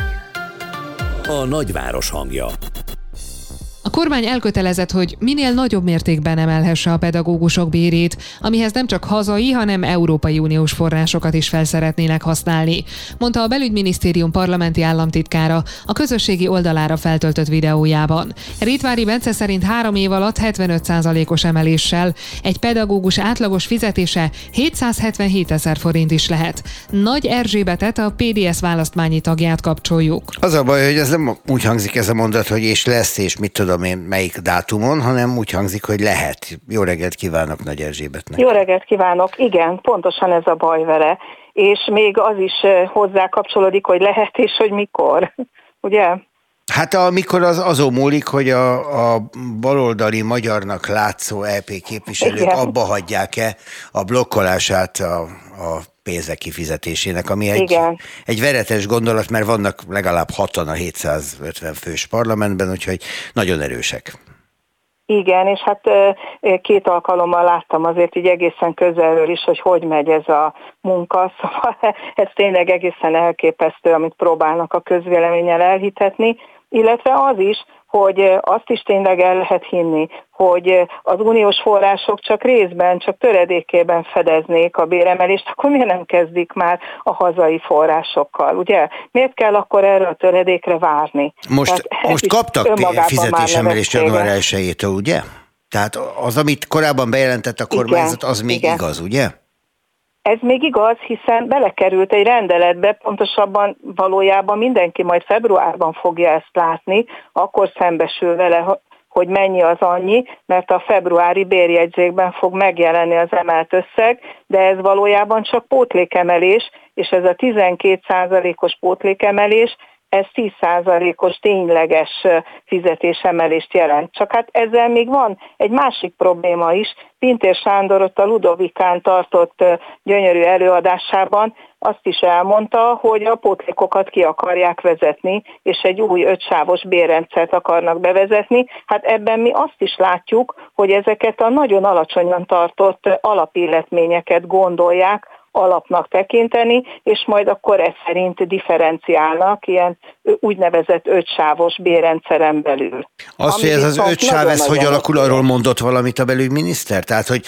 A nagyváros hangja. A kormány elkötelezett, hogy minél nagyobb mértékben emelhesse a pedagógusok bérét, amihez nem csak hazai, hanem Európai Uniós forrásokat is fel szeretnének használni, mondta a Belügyminisztérium parlamenti államtitkára a közösségi oldalára feltöltött videójában. Rétvári Bence szerint 3 év alatt 75%-os emeléssel egy pedagógus átlagos fizetése 777 000 forint is lehet. Nagy Erzsébetet, a PDS választmányi tagját kapcsoljuk. Az a baj, hogy ez nem úgy hangzik ez a mondat, hogy és lesz, és mit tudom én melyik dátumon, hanem úgy hangzik, hogy lehet. Jó reggelt kívánok Nagy Erzsébetnek. Jó reggelt kívánok, igen, pontosan ez a baj vele. És még az is hozzá kapcsolódik, hogy lehet és hogy mikor, ugye? Hát amikor azon múlik, hogy a baloldali magyarnak látszó EP képviselők igen. abba hagyják-e a blokkolását a pénzek kifizetésének, ami egy veretes gondolat, mert vannak legalább 6-an a 750 fős parlamentben, úgyhogy nagyon erősek. Igen, és hát 2 alkalommal láttam azért így egészen közelről is, hogy megy ez a munka, szóval ez tényleg egészen elképesztő, amit próbálnak a közvéleménnyel elhitetni, illetve az is, hogy azt is tényleg el lehet hinni, hogy az uniós források csak részben, csak töredékében fedeznék a béremelést, akkor miért nem kezdik már a hazai forrásokkal, ugye? Miért kell akkor erre a töredékre várni? Most kaptak fizetésemelést január 1-től, ugye? Tehát az, amit korábban bejelentett a kormányzat, az még igaz, ugye? Ez még igaz, hiszen belekerült egy rendeletbe, pontosabban valójában mindenki majd februárban fogja ezt látni, akkor szembesül vele, hogy mennyi az annyi, mert a februári bérjegyzékben fog megjelenni az emelt összeg, de ez valójában csak pótlékemelés, és ez a 12%-os pótlékemelés, ez 10%-os tényleges fizetésemelést jelent. Csak hát ezzel még van egy másik probléma is. Pintér Sándor ott a Ludovikán tartott gyönyörű előadásában azt is elmondta, hogy a pótlékokat ki akarják vezetni, és egy új 5-sávos bérrendszert akarnak bevezetni. Hát ebben mi azt is látjuk, hogy ezeket a nagyon alacsonyan tartott alapilletményeket gondolják alapnak tekinteni, és majd akkor ez szerint differenciálnak ilyen úgynevezett 5-sávos bérrendszeren belül. Az, hogy ez az 5 sáv, ez hogy alakul, arról mondott valamit a belügyminiszter? Tehát, hogy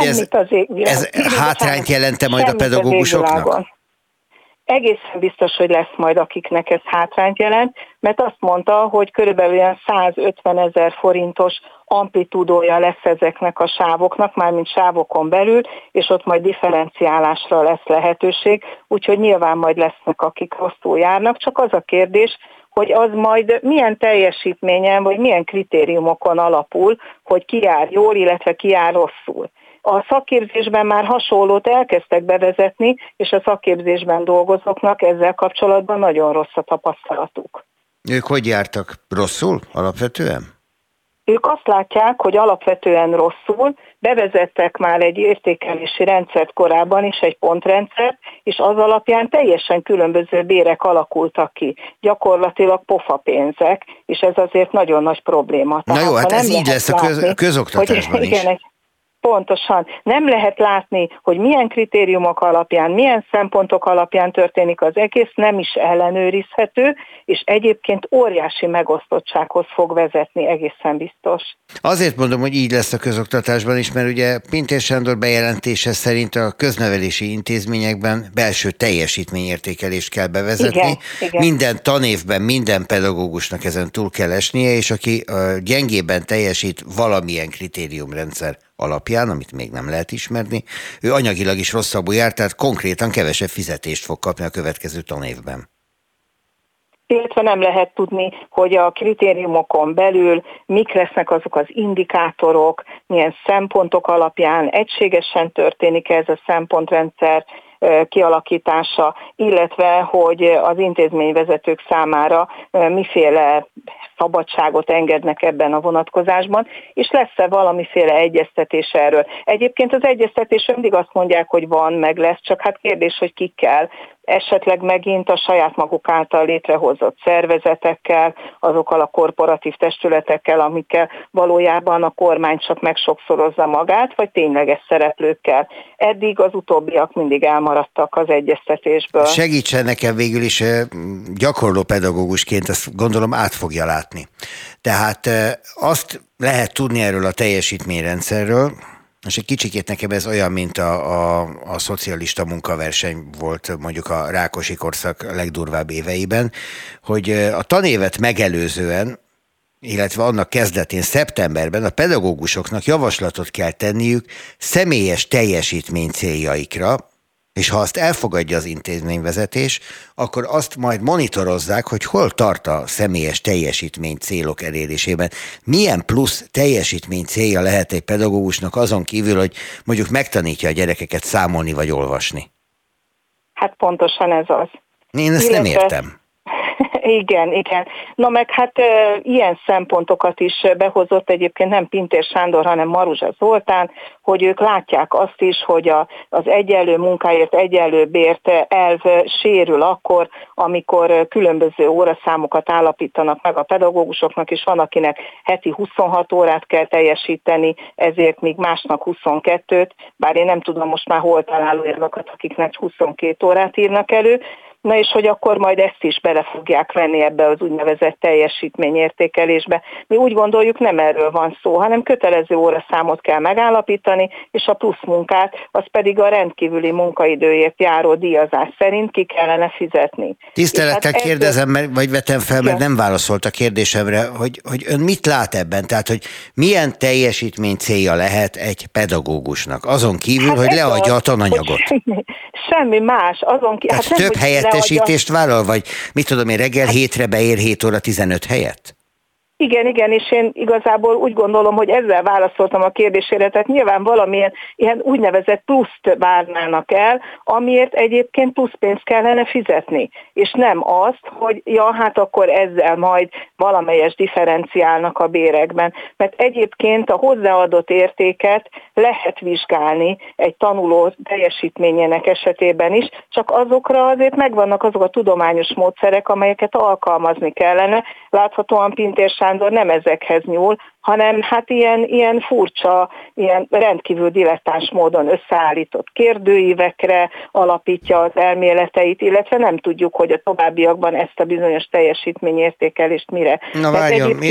ez hátrányt jelente majd a pedagógusoknak? Egészen biztos, hogy lesz majd, akiknek ez hátrányt jelent, mert azt mondta, hogy körülbelül 150 000 forintos amplitúdója lesz ezeknek a sávoknak, mármint sávokon belül, és ott majd differenciálásra lesz lehetőség, úgyhogy nyilván majd lesznek, akik rosszul járnak, csak az a kérdés, hogy az majd milyen teljesítményen, vagy milyen kritériumokon alapul, hogy ki jár jól, illetve ki jár rosszul. A szakképzésben már hasonlót elkezdtek bevezetni, és a szakképzésben dolgozóknak ezzel kapcsolatban nagyon rossz a tapasztalatuk. Ők hogy jártak? Rosszul alapvetően? Ők azt látják, hogy alapvetően rosszul, bevezettek már egy értékelési rendszert korábban is, egy pontrendszert, és az alapján teljesen különböző bérek alakultak ki. Gyakorlatilag pofapénzek, és ez azért nagyon nagy probléma. Na jó, hát ez így lesz a közoktatásban is. Igen, pontosan. Nem lehet látni, hogy milyen kritériumok alapján, milyen szempontok alapján történik az egész, nem is ellenőrizhető, és egyébként óriási megosztottsághoz fog vezetni, egészen biztos. Azért mondom, hogy így lesz a közoktatásban is, mert ugye Pintér Sándor bejelentése szerint a köznevelési intézményekben belső teljesítményértékelést kell bevezetni. Igen. Minden tanévben minden pedagógusnak ezen túl kell esnie, és aki gyengében teljesít valamilyen kritériumrendszer alapján, amit még nem lehet ismerni, ő anyagilag is rosszabbul jár, tehát konkrétan kevesebb fizetést fog kapni a következő tanévben. Illetve nem lehet tudni, hogy a kritériumokon belül mik lesznek azok az indikátorok, milyen szempontok alapján egységesen történik ez a szempontrendszer kialakítása, illetve hogy az intézményvezetők számára miféle szabadságot engednek ebben a vonatkozásban, és lesz-e valamiféle egyeztetés erről. Egyébként az egyeztetés mindig azt mondják, hogy van, meg lesz, csak hát kérdés, hogy kikkel. Esetleg megint a saját maguk által létrehozott szervezetekkel, azokkal a korporatív testületekkel, amikkel valójában a kormány csak megsokszorozza magát, vagy tényleges szereplőkkel. Eddig az utóbbiak mindig elmaradtak az egyeztetésből. Segítsen nekem végül is gyakorló pedagógusként, ezt gondolom át fogja látni. Tehát azt lehet tudni erről a teljesítményrendszerről, és egy kicsikét nekem ez olyan, mint a szocialista munkaverseny volt mondjuk a Rákosi korszak legdurvább éveiben, hogy a tanévet megelőzően, illetve annak kezdetén szeptemberben a pedagógusoknak javaslatot kell tenniük személyes teljesítmény céljaikra, és ha azt elfogadja az intézményvezetés, akkor azt majd monitorozzák, hogy hol tart a személyes teljesítmény célok elérésében. Milyen plusz teljesítmény célja lehet egy pedagógusnak azon kívül, hogy mondjuk megtanítja a gyerekeket számolni vagy olvasni? Hát pontosan ez az. Én ezt nem értem. Igen. Na meg hát ilyen szempontokat is behozott egyébként nem Pintér Sándor, hanem Maruzsa Zoltán, hogy ők látják azt is, hogy az egyenlő munkáért egyenlő bért elv sérül akkor, amikor különböző óraszámokat állapítanak meg a pedagógusoknak, és van, akinek heti 26 órát kell teljesíteni, ezért még másnak 22-t, bár én nem tudom most már hol találó érvakat, akiknek 22 órát írnak elő, na és hogy akkor majd ezt is bele fogják venni ebbe az úgynevezett teljesítményértékelésbe. Mi úgy gondoljuk, nem erről van szó, hanem kötelező óraszámot kell megállapítani, és a plusz munkát, az pedig a rendkívüli munkaidőért járó díjazás szerint ki kellene fizetni. Tisztelettel kérdezem, vagy vetem fel, mert nem válaszolt a kérdésemre, hogy ön mit lát ebben? Tehát, hogy milyen teljesítmény célja lehet egy pedagógusnak? Azon kívül, hogy leadja a tananyagot. Semmi más. Tehát nem, több helyettesítést vállal, vagy mit tudom én, reggel 7-re beér 7 óra 15 helyett? Igen, és én igazából úgy gondolom, hogy ezzel válaszoltam a kérdésére, tehát nyilván valamilyen ilyen úgynevezett pluszt várnának el, amiért egyébként plusz pénzt kellene fizetni, és nem azt, hogy hát akkor ezzel majd valamelyes differenciálnak a bérekben, mert egyébként a hozzáadott értéket lehet vizsgálni egy tanuló teljesítményének esetében is, csak azokra azért megvannak azok a tudományos módszerek, amelyeket alkalmazni kellene. Láthatóan Pintér Sándor nem ezekhez nyúl, hanem hát ilyen furcsa, ilyen rendkívül dilettáns módon összeállított kérdőívekre alapítja az elméleteit, illetve nem tudjuk, hogy a továbbiakban ezt a bizonyos teljesítményértékelést mire. Na várjam,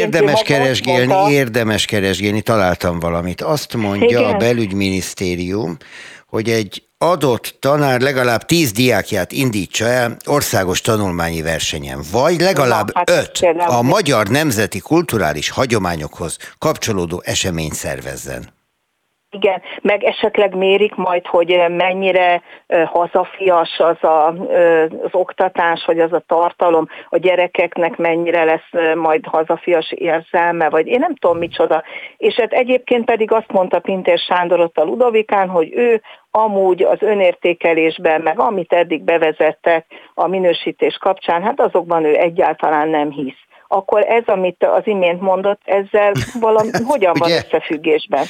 érdemes keresgélni, találtam valamit. Azt mondja igen. A belügyminisztérium, hogy egy adott tanár legalább 10 diákját indítsa el országos tanulmányi versenyen, vagy legalább 5 a magyar nemzeti kulturális hagyományokhoz kapcsolódó eseményt szervezzen. Igen, meg esetleg mérik majd, hogy mennyire hazafias az oktatás, vagy az a tartalom, a gyerekeknek mennyire lesz majd hazafias érzelme, vagy én nem tudom micsoda. És hát egyébként pedig azt mondta Pintér Sándor ott a Ludovikán, hogy ő amúgy az önértékelésben, meg amit eddig bevezettek a minősítés kapcsán, hát azokban ő egyáltalán nem hisz. Akkor ez, amit az imént mondott, ezzel hogyan van összefüggésben?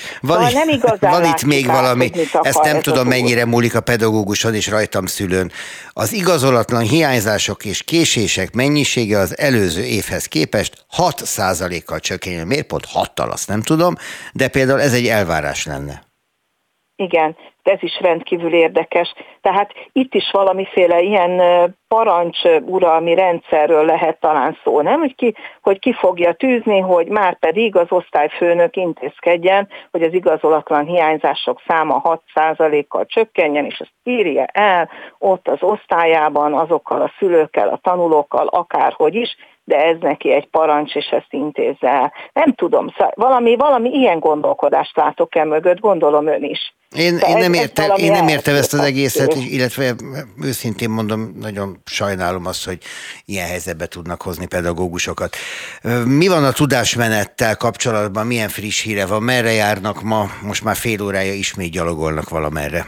Van itt még valami, ezt nem tudom mennyire múlik a pedagóguson és rajtam szülőn. Az igazolatlan hiányzások és késések mennyisége az előző évhez képest 6%-kal csökken. Miért pont 6-tal, azt nem tudom, de például ez egy elvárás lenne. Igen, ez is rendkívül érdekes. Tehát itt is valamiféle ilyen parancsuralmi rendszerről lehet talán szó, nem? Hogy ki fogja tűzni, hogy már pedig az osztályfőnök intézkedjen, hogy az igazolatlan hiányzások száma 6%-kal csökkenjen, és ezt írja el ott az osztályában azokkal a szülőkkel, a tanulókkal, akárhogy is, de ez neki egy parancs, és ezt intézze el. Nem tudom, valami ilyen gondolkodást látok el mögött, gondolom ön is. Én nem értem ezt az egészet, illetve őszintén mondom, nagyon sajnálom azt, hogy ilyen helyzetbe tudnak hozni pedagógusokat. Mi van a tudásmenettel kapcsolatban, milyen friss híre van, merre járnak ma, most már fél órája ismét gyalogolnak valamerre?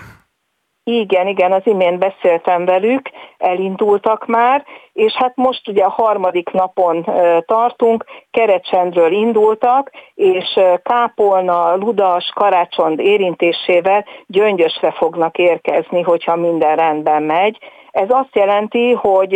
Igen, az imént beszéltem velük, elindultak már, és hát most ugye a 3. napon tartunk, Kerecsendről indultak, és Kápolna, Ludas, Karácsond érintésével Gyöngyösre fognak érkezni, hogyha minden rendben megy. Ez azt jelenti, hogy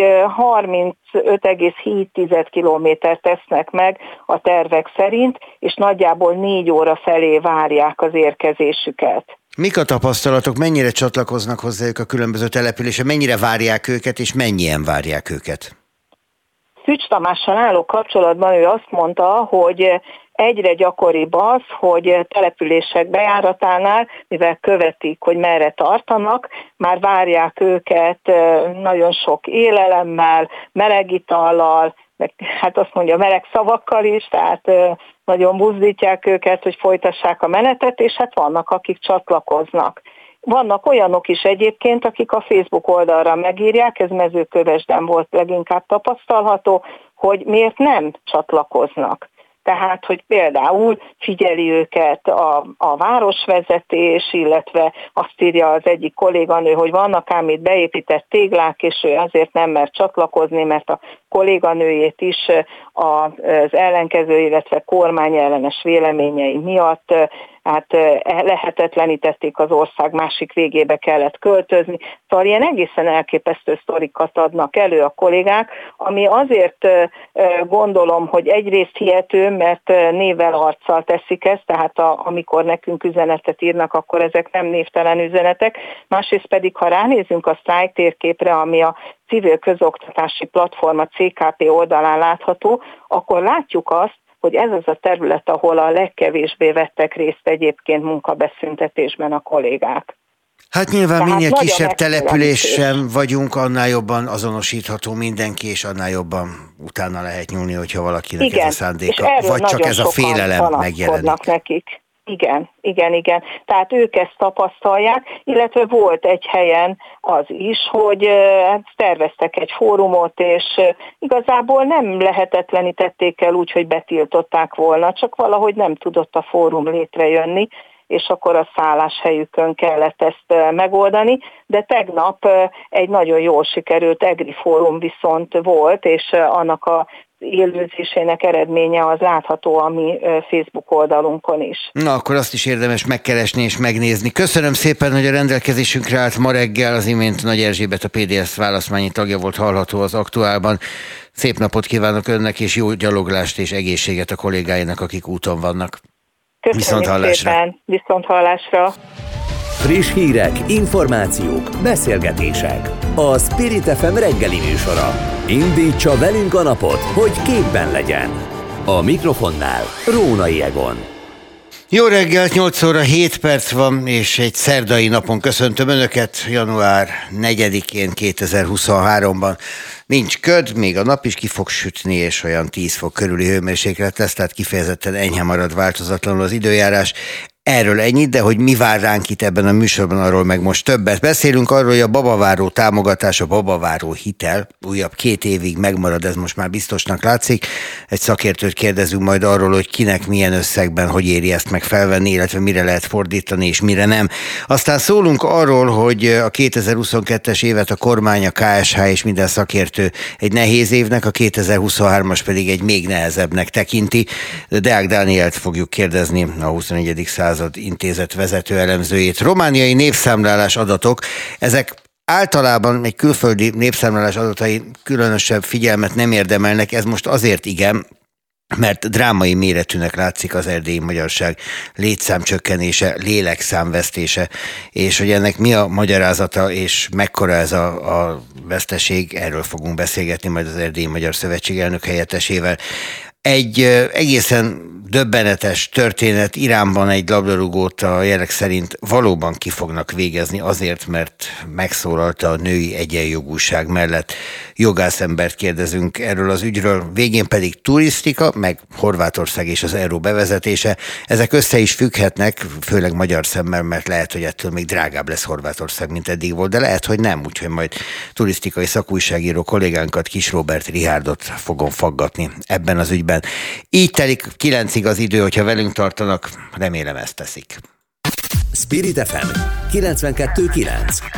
35,7 kilométert tesznek meg a tervek szerint, és nagyjából 4 óra felé várják az érkezésüket. Mik a tapasztalatok, mennyire csatlakoznak hozzájuk a különböző települések, mennyire várják őket, és mennyien várják őket? Szűcs Tamással álló kapcsolatban ő azt mondta, hogy egyre gyakoribb az, hogy települések bejáratánál, mivel követik, hogy merre tartanak, már várják őket nagyon sok élelemmel, meleg itallal, meg hát azt mondja meleg szavakkal is, tehát nagyon buzdítják őket, hogy folytassák a menetet, és hát vannak, akik csatlakoznak. Vannak olyanok is egyébként, akik a Facebook oldalra megírják, ez Mezőkövesden volt leginkább tapasztalható, hogy miért nem csatlakoznak. Tehát, hogy például figyeli őket a városvezetés, illetve azt írja az egyik kolléganő, hogy vannak ám itt beépített téglák, és ő azért nem mer csatlakozni, mert a kolléganőjét is az ellenkező, illetve kormányellenes véleményei miatt hát lehetetlenítették, az ország másik végébe kellett költözni. Szóval ilyen egészen elképesztő sztorikat adnak elő a kollégák, ami azért gondolom, hogy egyrészt hihető, mert névvel arccal teszik ezt, tehát amikor nekünk üzenetet írnak, akkor ezek nem névtelen üzenetek. Másrészt pedig, ha ránézünk a sztrájk térképre, ami a civil közoktatási platform a CKP oldalán látható, akkor látjuk azt, hogy ez az a terület, ahol a legkevésbé vettek részt egyébként munkabeszüntetésben a kollégák. Hát nyilván Tehát minél kisebb településen vagyunk, annál jobban azonosítható mindenki, és annál jobban utána lehet nyúlni, hogyha valakinek ez a szándéka, vagy csak ez a félelem megjelenik. Nekik. Igen. Tehát ők ezt tapasztalják, illetve volt egy helyen az is, hogy terveztek egy fórumot, és igazából nem lehetetlenítették el úgy, hogy betiltották volna, csak valahogy nem tudott a fórum létrejönni, és akkor a szálláshelyükön kellett ezt megoldani, de tegnap egy nagyon jól sikerült EGRI fórum viszont volt, és annak a élőzésének eredménye az látható a mi Facebook oldalunkon is. Na, akkor azt is érdemes megkeresni és megnézni. Köszönöm szépen, hogy a rendelkezésünkre állt ma reggel. Az imént Nagy Erzsébet, a PDS választmányi tagja volt hallható az Aktuálban. Szép napot kívánok önnek, és jó gyaloglást és egészséget a kollégáinak, akik úton vannak. Köszönjük szépen, viszont hallásra. Friss hírek, információk, beszélgetések. A Spirit FM reggeli műsora. Indítsa velünk a napot, hogy képben legyen. A mikrofonnál Rónai Egon. Jó reggelt, 8 óra 7 perc van, és egy szerdai napon köszöntöm Önöket, január 4-én 2023-ban. Nincs köd, még a nap is ki fog sütni, és olyan 10 fok körüli hőmérséklet lesz, tehát kifejezetten enyhe marad változatlanul az időjárás. Erről ennyit, de hogy mi vár ránk itt ebben a műsorban, arról meg most többet. Beszélünk arról, hogy a babaváró támogatás, a babaváró hitel újabb 2 évig megmarad, ez most már biztosnak látszik. Egy szakértőt kérdezünk majd arról, hogy kinek milyen összegben, hogy éri ezt meg felvenni, illetve mire lehet fordítani és mire nem. Aztán szólunk arról, hogy a 2022-es évet a kormány, a KSH és minden szakértő egy nehéz évnek, a 2023-as pedig egy még nehezebbnek tekinti. Deák Dánielt fogjuk kérdezni, a 21. század intézet vezető elemzőjét. Romániai népszámlálás adatok, ezek általában egy külföldi népszámlálás adatai különösebb figyelmet nem érdemelnek, ez most azért igen, mert drámai méretűnek látszik az erdélyi magyarság létszámcsökkenése, lélekszámvesztése, és hogy ennek mi a magyarázata, és mekkora ez a veszteség, erről fogunk beszélgetni majd az Erdélyi Magyar Szövetség elnök helyettesével. Egy egészen döbbenetes történet, Iránban egy labdarúgót a jelek szerint valóban ki fognak végezni azért, mert megszólalta a női egyenjogúság mellett. Jogászembert kérdezünk erről az ügyről, végén pedig turisztika, meg Horvátország és az euró bevezetése. Ezek össze is függhetnek, főleg magyar szemmel, mert lehet, hogy ettől még drágább lesz Horvátország, mint eddig volt, de lehet, hogy nem, úgyhogy majd turisztikai szakújságíró kollégánkat, Kis Róbert Rihárdot fogom faggatni ebben az ügyben. Így telik 9-ig az idő, hogyha velünk tartanak, remélem ezt teszik. Spirit FM 92.9.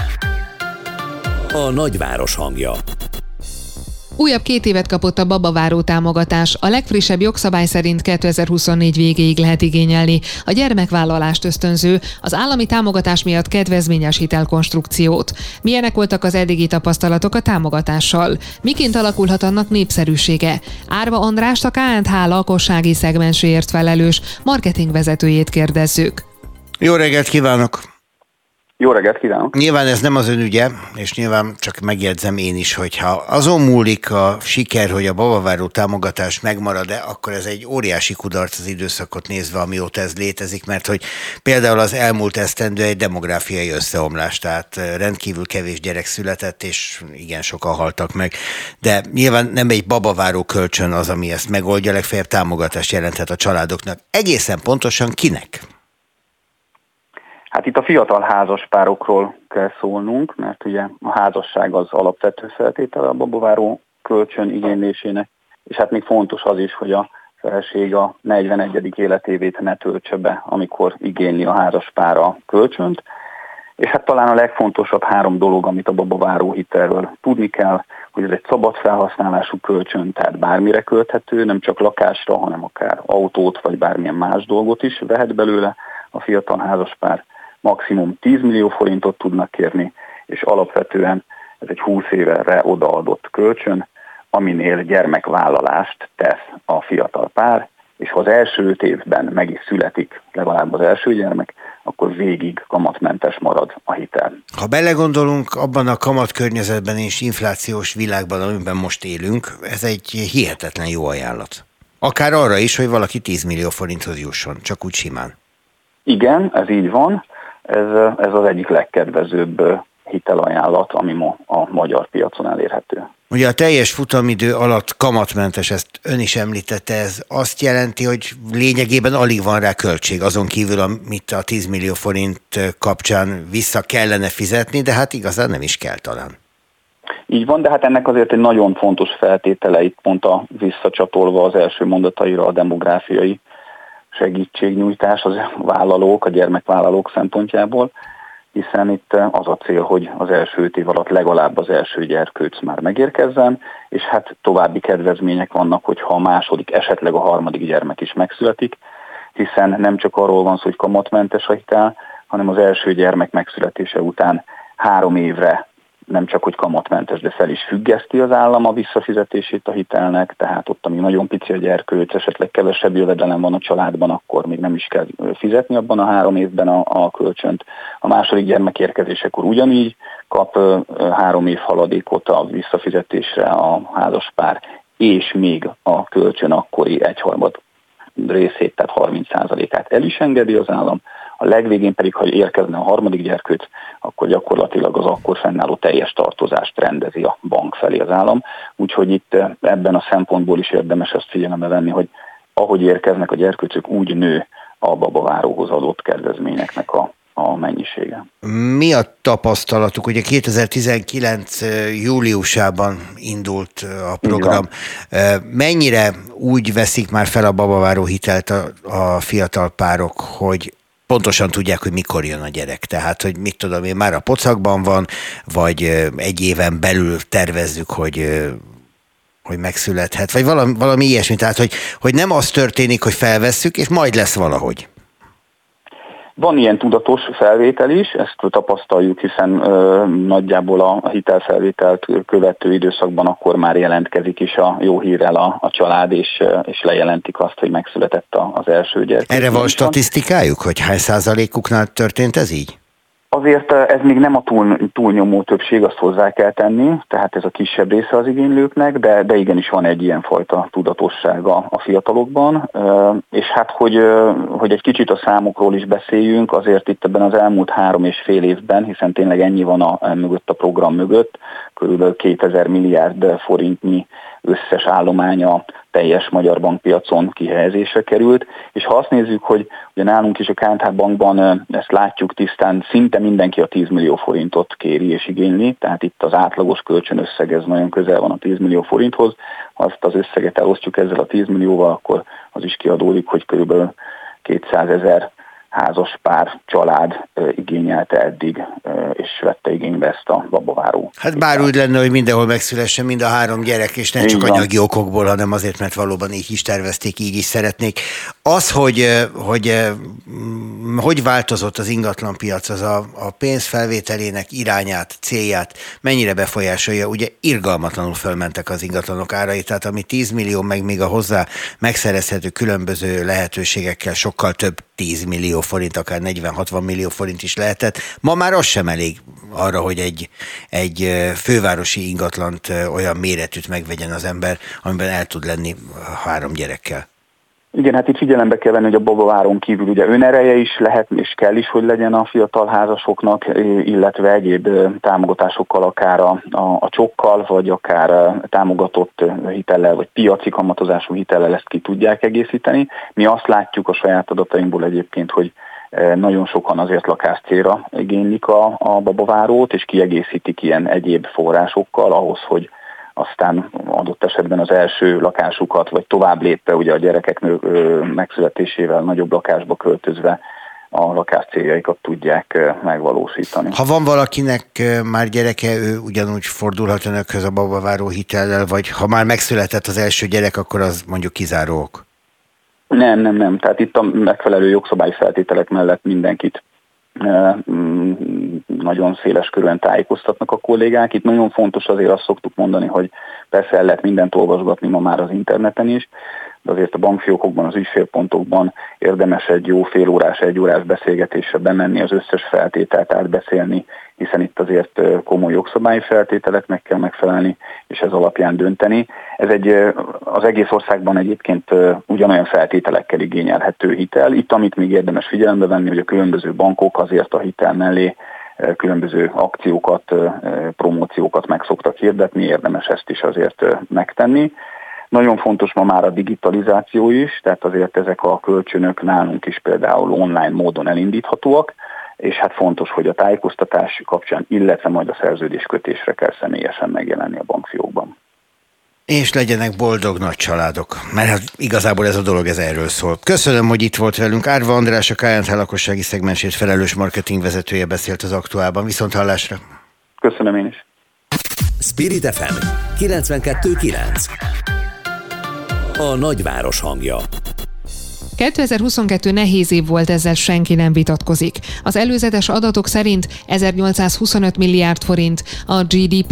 A nagyváros hangja. Újabb 2 évet kapott a babaváró támogatás. A legfrissebb jogszabály szerint 2024 végéig lehet igényelni a gyermekvállalást ösztönző, az állami támogatás miatt kedvezményes hitelkonstrukciót. Milyenek voltak az eddigi tapasztalatok a támogatással? Miként alakulhat annak népszerűsége? Árva Andrást, a KNTH lakossági szegmenséért felelős marketingvezetőjét kérdezzük. Jó reggelt kívánok! Jó reggelt kívánok! Nyilván ez nem az ön ügye, és nyilván csak megjegyzem én is, hogyha azon múlik a siker, hogy a babaváró támogatás megmarad-e, akkor ez egy óriási kudarc az időszakot nézve, amióta ez létezik, mert hogy például az elmúlt esztendő egy demográfiai összeomlás, tehát rendkívül kevés gyerek született, és igen, sokan haltak meg. De nyilván nem egy babaváró kölcsön az, ami ezt megoldja, legfeljebb támogatást jelenthet a családoknak. Egészen pontosan kinek? Hát itt a fiatal házaspárokról kell szólnunk, mert ugye a házasság az alapvető feltétele a babaváró kölcsön igénylésének, és hát még fontos az is, hogy a feleség a 41. életévét ne töltse be, amikor igényli a házaspár a kölcsönt. És hát talán a legfontosabb 3 dolog, amit a babaváró hitelről tudni kell, hogy ez egy szabad felhasználású kölcsön, tehát bármire költhető, nem csak lakásra, hanem akár autót vagy bármilyen más dolgot is vehet belőle a fiatal házaspár. Maximum 10 millió forintot tudnak kérni, és alapvetően ez egy 20 évre odaadott kölcsön, aminél gyermekvállalást tesz a fiatal pár, és ha az első 5 évben meg is születik legalább az első gyermek, akkor végig kamatmentes marad a hitel. Ha belegondolunk, abban a kamatkörnyezetben és inflációs világban, amiben most élünk, ez egy hihetetlen jó ajánlat. Akár arra is, hogy valaki 10 millió forinthoz jusson, csak úgy simán. Igen, ez így van. Ez az egyik legkedvezőbb hitelajánlat, ami ma a magyar piacon elérhető. Ugye a teljes futamidő alatt kamatmentes, ezt ön is említette, ez azt jelenti, hogy lényegében alig van rá költség, azon kívül, amit a 10 millió forint kapcsán vissza kellene fizetni, de hát igazán nem is kell talán. Így van, de hát ennek azért egy nagyon fontos feltétele, itt pont visszacsatolva az első mondataira a demográfiai segítségnyújtás az vállalók, a gyermekvállalók szempontjából, hiszen itt az a cél, hogy az első 5 év alatt legalább az első gyerkőc már megérkezzen, és hát további kedvezmények vannak, hogyha a második, esetleg a harmadik gyermek is megszületik, hiszen nem csak arról van szó, hogy kamatmentes a hitel, hanem az első gyermek megszületése után 3 évre nem csak hogy kamatmentes, de fel is függeszti az állam a visszafizetését a hitelnek, tehát ott, ami nagyon pici a gyerkőc, esetleg kevesebb jövedelem van a családban, akkor még nem is kell fizetni abban a 3 évben a kölcsönt. A második gyermek érkezésekor ugyanígy kap 3 év haladékot a visszafizetésre a házaspár, és még a kölcsön akkori 1/3 részét, tehát 30%-át el is engedi az állam. A legvégén pedig, ha érkezne a harmadik gyerkőc, akkor gyakorlatilag az akkor fennálló teljes tartozást rendezi a bank felé az állam. Úgyhogy itt ebben a szempontból is érdemes ezt figyelembe venni, hogy ahogy érkeznek a gyerkőcök, úgy nő a babaváróhoz adott kedvezményeknek a mennyisége. Mi a tapasztalatuk? Ugye 2019. júliusában indult a program. Mennyire úgy veszik már fel a babaváró hitelt a fiatal párok, hogy pontosan tudják, hogy mikor jön a gyerek. Tehát, hogy mit tudom én, már a pocakban van, vagy 1 éven belül tervezzük, hogy megszülethet, vagy valami ilyesmi. Tehát, hogy nem az történik, hogy felvesszük, és majd lesz valahogy. Van ilyen tudatos felvétel is, ezt tapasztaljuk, hiszen nagyjából a hitelfelvételt követő időszakban akkor már jelentkezik is a jó hírrel a család, és lejelentik azt, hogy megszületett az első gyermek. Erre van statisztikájuk, hogy hány százalékuknál történt ez így? Azért ez még nem a túlnyomó többség, azt hozzá kell tenni, tehát ez a kisebb része az igénylőknek, de igenis van egy ilyenfajta tudatossága a fiatalokban, és hát, hogy egy kicsit a számokról is beszéljünk, azért itt ebben az elmúlt 3,5 évben, hiszen tényleg ennyi van mögött a program mögött, körülbelül 2000 milliárd forintnyi összes állománya teljes magyar bankpiacon kihelyezésre került, és ha azt nézzük, hogy ugye nálunk is a KNH bankban ezt látjuk tisztán, szinte mindenki a 10 millió forintot kéri és igényli, tehát itt az átlagos kölcsönösszeg ez nagyon közel van a 10 millió forinthoz, ha azt az összeget elosztjuk ezzel a 10 millióval, akkor az is kiadódik, hogy körülbelül 200 000 házas pár, család igényelte eddig, és vette igénybe ezt a babaváró. Hát bár úgy lenne, hogy mindenhol megszülessen mind a 3 gyerek, és ne csak anyagi okokból, hanem azért, mert valóban így is tervezték, így is szeretnék. Az, hogy változott az ingatlanpiac, az a pénz felvételének irányát, célját mennyire befolyásolja? Ugye irgalmatlanul fölmentek az ingatlanok árai, tehát ami 10 millió, meg még a hozzá megszerezhető különböző lehetőségekkel sokkal több 10 millió forint, akár 40-60 millió forint is lehetett. Ma már az sem elég arra, hogy egy fővárosi ingatlant olyan méretűt megvegyen az ember, amiben el tud lenni 3 gyerekkel. Igen, hát itt figyelembe kell venni, hogy a babaváron kívül ugye önereje is lehet, és kell is, hogy legyen a fiatal házasoknak, illetve egyéb támogatásokkal, akár a csokkal, vagy akár támogatott hitellel, vagy piaci kamatozású hitellel ezt ki tudják egészíteni. Mi azt látjuk a saját adatainkból egyébként, hogy nagyon sokan azért lakáscélra igénylik a babavárót, és kiegészítik ilyen egyéb forrásokkal ahhoz, hogy aztán adott esetben az első lakásukat, vagy tovább lépve ugye a gyerekek megszületésével nagyobb lakásba költözve a lakás céljaikat tudják megvalósítani. Ha van valakinek már gyereke, ő ugyanúgy fordulhat önökhöz a babaváró hitellel, vagy ha már megszületett az első gyerek, akkor az mondjuk kizáró ok? Nem. Tehát itt a megfelelő jogszabályi feltételek mellett mindenkit nagyon széles körűen tájékoztatnak a kollégák. Itt nagyon fontos, azért azt szoktuk mondani, hogy persze el lehet mindent olvasgatni ma már az interneten is, de azért a bankfiókokban, az ügyfélpontokban érdemes egy jó fél órás, egy órás beszélgetésre bemenni, az összes feltételt átbeszélni, hiszen itt azért komoly jogszabályi feltételeknek kell megfelelni, és ez alapján dönteni. Ez az egész országban egyébként ugyanolyan feltételekkel igényelhető hitel. Itt, amit még érdemes figyelembe venni, hogy a különböző bankok azért a hitel mellé különböző akciókat, promóciókat meg szoktak hirdetni, érdemes ezt is azért megtenni. Nagyon fontos ma már a digitalizáció is, tehát azért ezek a kölcsönök nálunk is például online módon elindíthatóak, és hát fontos, hogy a tájékoztatás kapcsán, illetve majd a szerződéskötésre kell személyesen megjelenni a bankfiókban. És legyenek boldog nagy családok, mert hát igazából ez a dolog ez erről szól. Köszönöm, hogy itt volt velünk. Árva András, a K&H lakossági szegmensét felelős marketingvezetője beszélt az Aktuálban. Viszont hallásra. Köszönöm én is. Spirit FM 92.9. A nagyváros hangja. 2022 nehéz év volt, ezzel senki nem vitatkozik. Az előzetes adatok szerint 1825 milliárd forint, a GDP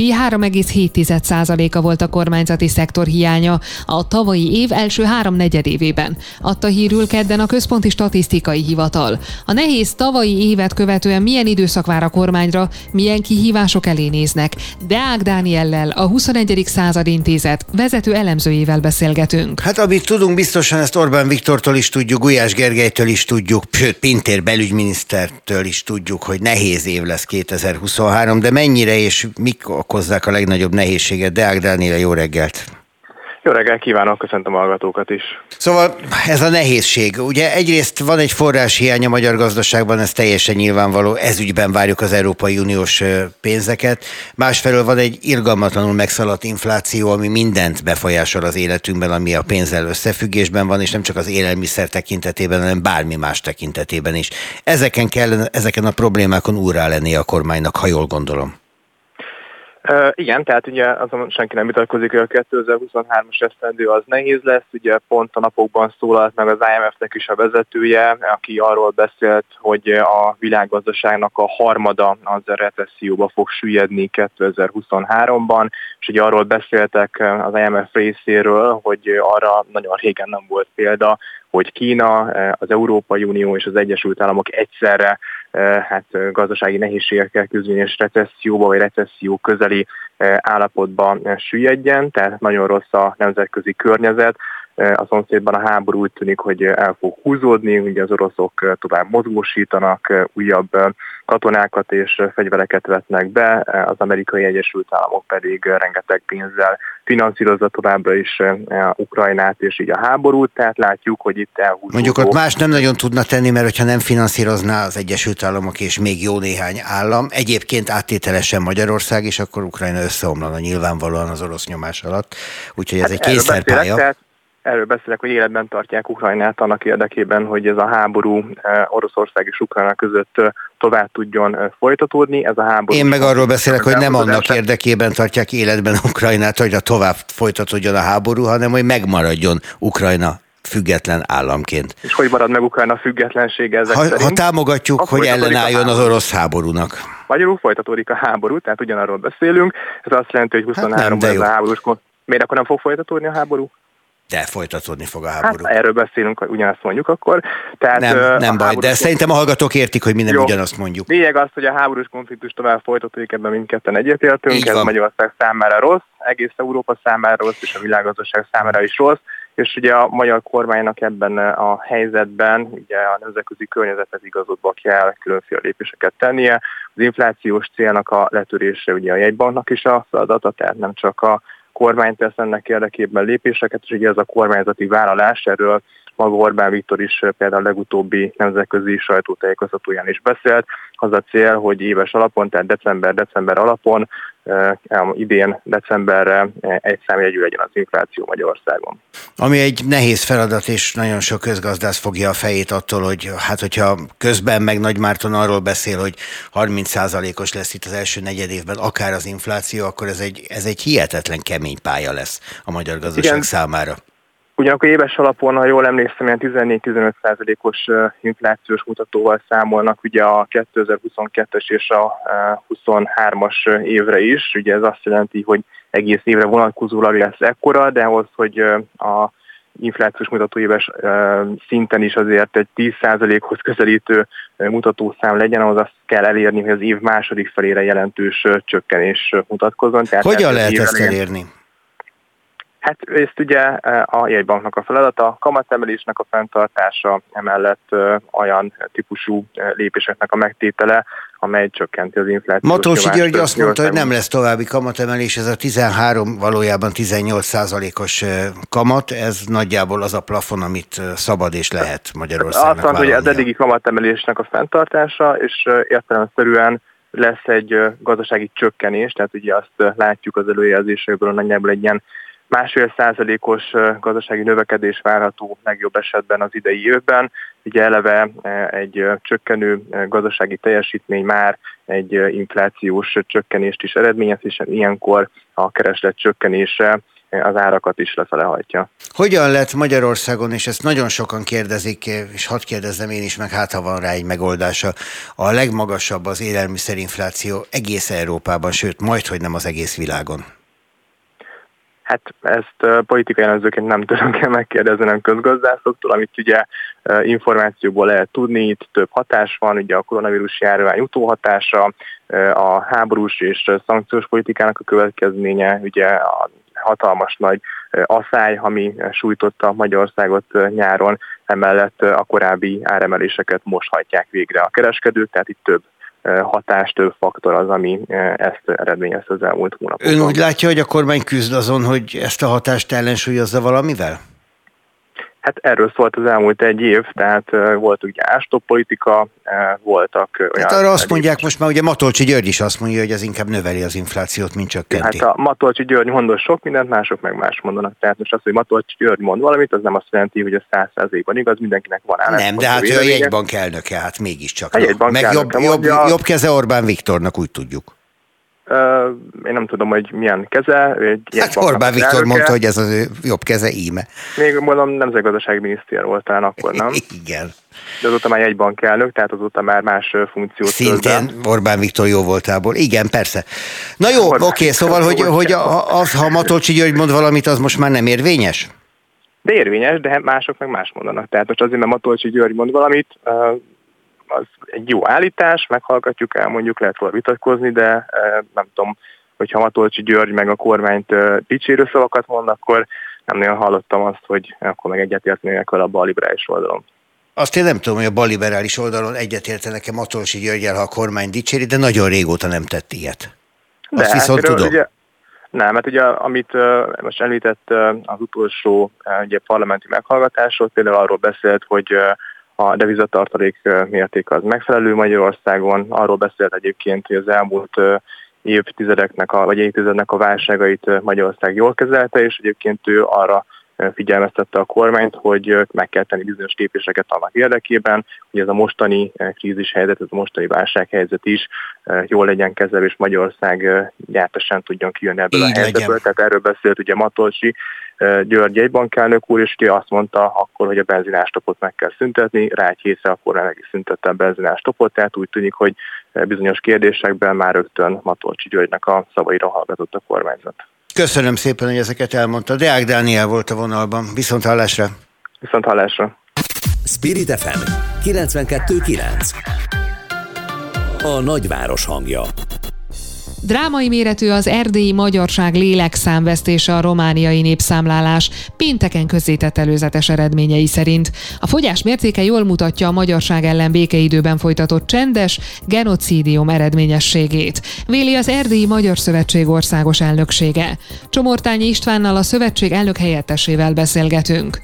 3,7%-a volt a kormányzati szektor hiánya a tavalyi év első 3/4 évében. Adta hírül kedden a Központi Statisztikai Hivatal. A nehéz tavalyi évet követően milyen időszak vár a kormányra, milyen kihívások elé néznek? Deák Dániellel, a 21. század intézet vezető elemzőjével beszélgetünk. Hát amit tudunk biztosan, ezt Orbán Viktortól is tudjuk, Gulyás Gergelytől is tudjuk, sőt Pintér belügyminisztertől is tudjuk, hogy nehéz év lesz 2023, de mennyire és mik okozzák a legnagyobb nehézséget? Deák Dániel, jó reggelt! Jó reggelt kívánok, köszöntöm a hallgatókat is. Szóval ez a nehézség. Ugye egyrészt van egy forráshiány a magyar gazdaságban, ez teljesen nyilvánvaló, ezügyben várjuk az Európai Uniós pénzeket. Másfelől van egy irgalmatlanul megszaladt infláció, ami mindent befolyásol az életünkben, ami a pénzzel összefüggésben van, és nem csak az élelmiszer tekintetében, hanem bármi más tekintetében is. Ezeken a problémákon úrrá lennie a kormánynak, ha jól gondolom. Igen, tehát ugye azon senki nem vitatkozik, hogy a 2023-as esztendő az nehéz lesz, ugye pont a napokban szólalt meg az IMF-nek is a vezetője, aki arról beszélt, hogy a világgazdaságnak a harmada az a recesszióba fog süllyedni 2023-ban, és ugye arról beszéltek az IMF részéről, hogy arra nagyon régen nem volt példa, hogy Kína, az Európai Unió és az Egyesült Államok egyszerre gazdasági nehézségekkel küzdeni és recesszióba vagy recesszió közeli állapotba süllyedjen, tehát nagyon rossz a nemzetközi környezet. A szomszédban a háború úgy tűnik, hogy el fog húzódni, ugye az oroszok tovább mozgósítanak, újabb katonákat és fegyvereket vetnek be, az Amerikai Egyesült Államok pedig rengeteg pénzzel finanszírozza továbbra is Ukrajnát és így a háborút, tehát látjuk, hogy itt elhúzódó. Mondjuk ott más nem nagyon tudna tenni, mert hogyha nem finanszírozná az Egyesült Államok és még jó néhány állam, egyébként áttételesen Magyarország is, akkor Ukrajna összeomlana nyilvánvalóan az orosz nyomás alatt, úgyhogy ez egy kényszerpálya. Erről beszélek, hogy életben tartják Ukrajnát annak érdekében, hogy ez a háború Oroszország és Ukrajna között tovább tudjon folytatódni. Ez a háború. Én meg arról beszélek, hogy nem annak érdekében tartják életben Ukrajnát, hogy tovább folytatódjon a háború, hanem hogy megmaradjon Ukrajna független államként. És hogy marad meg Ukrajna függetlensége ezek szerint? Ha támogatjuk, hogy ellenálljon az orosz háborúnak. Magyarul folytatódik a háború, tehát ugyanarról beszélünk. Ez azt jelenti, hogy 23-ban ez a háborús. Miért akkor nem fog folytatódni a háború? De folytatódni fog a háború. Hát erről beszélünk, hogy ugyanazt mondjuk akkor. Tehát, nem baj, de szerintem a hallgatók értik, hogy mi nem ugyanazt mondjuk. Lényeg az, hogy a háborús konfliktus tovább folytatódik, ebben mindketten egyetértünk, ez Magyarország számára rossz, egész Európa számára rossz, és a világgazdaság számára is rossz, és ugye a magyar kormánynak ebben a helyzetben ugye a nemzetközi környezethez igazodva kell különféle lépéseket tennie. Az inflációs célnak a letörése ugye a jegybanknak is a feladata, tehát nem csak a kormány tesz ennek érdekében lépéseket, és ugye ez a kormányzati vállalás, erről maga Orbán Viktor is például a legutóbbi nemzetközi sajtótájékoztatóján is beszélt. Az a cél, hogy éves alapon, tehát december alapon, idén decemberre egy számjegyű legyen az infláció Magyarországon. Ami egy nehéz feladat, és nagyon sok közgazdász fogja a fejét attól, hogy hát hogyha közben meg Nagy Márton arról beszél, hogy 30%-os lesz itt az első negyedévben akár az infláció, akkor ez egy hihetetlen kemény pálya lesz a magyar gazdaság számára. Ugyanakkor éves alapon, ha jól emlékszem, ilyen 14-15%-os inflációs mutatóval számolnak ugye a 2022-es és a 23-as évre is. Ugye ez azt jelenti, hogy egész évre vonatkozólag lesz ekkora, de ahhoz, hogy a inflációs mutatóéves szinten is azért egy 10%-hoz közelítő mutatószám legyen, ahhoz azt kell elérni, hogy az év második felére jelentős csökkenés mutatkozzon. Tehát hogyan lehet ezt elérni? Hát ezt ugye a jegybanknak a feladata, a kamatemelésnek a fenntartása, emellett olyan típusú lépéseknek a megtétele, amely csökkenti az inflációt. Matolcsy György azt mondta, hogy nem lesz további kamatemelés, ez a 13, valójában 18%-os kamat, ez nagyjából az a plafon, amit szabad és lehet Magyarországnak azt mondta, hogy az eddigi kamatemelésnek a fenntartása, és értelemszerűen lesz egy gazdasági csökkenés, tehát ugye azt látjuk az előjelzésekből, nagyjából egy ilyen 1,5%-os gazdasági növekedés várható legjobb esetben az idei évben. Ugye eleve egy csökkenő gazdasági teljesítmény már egy inflációs csökkenést is eredményez, és ilyenkor a kereslet csökkenése az árakat is lefelehajtja. Hogyan lett Magyarországon, és ezt nagyon sokan kérdezik, és hadd kérdezzem én is meg, hát ha van rá egy megoldása, a legmagasabb az élelmiszerinfláció egész Európában, sőt, majdhogy nem az egész világon? Hát ezt politikai elemzőként nem tudom kell megkérdezni, nem közgazdászoktól, amit ugye információból lehet tudni, itt több hatás van, ugye a koronavírus járvány utóhatása, a háborús és szankciós politikának a következménye, ugye a hatalmas nagy asszály, ami sújtotta Magyarországot nyáron, emellett a korábbi áremeléseket most hajtják végre a kereskedők, tehát itt több hatás, több faktor az, ami ezt eredményezte az elmúlt hónapokban. Ön úgy látja, hogy a kormány küzd azon, hogy ezt a hatást ellensúlyozza valamivel? Hát erről szólt az elmúlt egy év, tehát volt ugye ástoppolitika, voltak olyan... Hát arra azt mondják most már, ugye Matolcsy György is azt mondja, hogy ez inkább növeli az inflációt, mint csökkenti. Hát a Matolcsy György mond sok mindent, mások meg más mondanak. Tehát most az, hogy Matolcsy György mond valamit, az nem azt jelenti, hogy ez 100%-ban igaz, mindenkinek van álláspontja. Nem, de hát ő a jegybank elnöke, hát mégiscsak. Meg jobb keze Orbán Viktornak, úgy tudjuk. Én nem tudom, hogy milyen keze. Hát Orbán Viktor mondta, hogy ez az ő jobb keze, íme. Még mondom, nemzetgazdasági miniszter volt talán akkor, nem? Igen. De azóta már jegybank elnök, tehát azóta már más funkciót szintén Orbán Viktor jó voltából. Igen, persze. Na jó, oké, szóval, hogy ha Matolcsy György mond valamit, az most már nem érvényes? De érvényes, de mások meg más mondanak. Tehát most azért, mert Matolcsy György mond valamit, az egy jó állítás, meghallgatjuk, elmondjuk, lehet róla vitatkozni, de nem tudom, hogyha Matolcsy György meg a kormányt dicsérő szavakat mond, akkor nem nagyon hallottam azt, hogy akkor meg egyetértenének vele a balliberális oldalon. Azt én nem tudom, hogy a balliberális oldalon egyetértenek-e Matolcsy Györggyel, ha a kormány dicséri, de nagyon régóta nem tett ilyet. Azt viszont tudom. Ugye, nem, mert ugye amit most említett az utolsó ugye, parlamenti meghallgatásról, például arról beszélt, hogy a devizatartalék mértéke az megfelelő Magyarországon, arról beszélt egyébként, hogy az elmúlt évtizednek a válságait Magyarország jól kezelte, és egyébként ő arra figyelmeztette a kormányt, hogy meg kell tenni bizonyos lépéseket annak érdekében, hogy ez a mostani krízishelyzet, ez a mostani válsághelyzet is jól legyen kezelve, és Magyarország nyertesen tudjon kijönni ebből a helyzetből. Tehát erről beszélt ugye Matolcsy György jegybankelnök úr, és ugye azt mondta akkor, hogy a benzinástopot meg kell szüntetni, rá egy hétszer akkor meg is szüntette a benzinástopot, tehát úgy tűnik, hogy bizonyos kérdésekben már rögtön Matolcsy Györgynek a szavaira hallgatott a kormányzat. Köszönöm szépen, hogy ezeket elmondta. Deák Dániel volt a vonalban. Viszont hallásra. Viszont hallásra. Spirit FM 92.9. A nagyváros hangja. Drámai méretű az erdélyi magyarság lélekszámvesztése a romániai népszámlálás pénteken közzétett előzetes eredményei szerint. A fogyás mértéke jól mutatja a magyarság ellen békeidőben folytatott csendes genocídium eredményességét, véli az Erdélyi Magyar Szövetség országos elnöksége. Csomortányi Istvánnal, a szövetség elnök helyettesével beszélgetünk.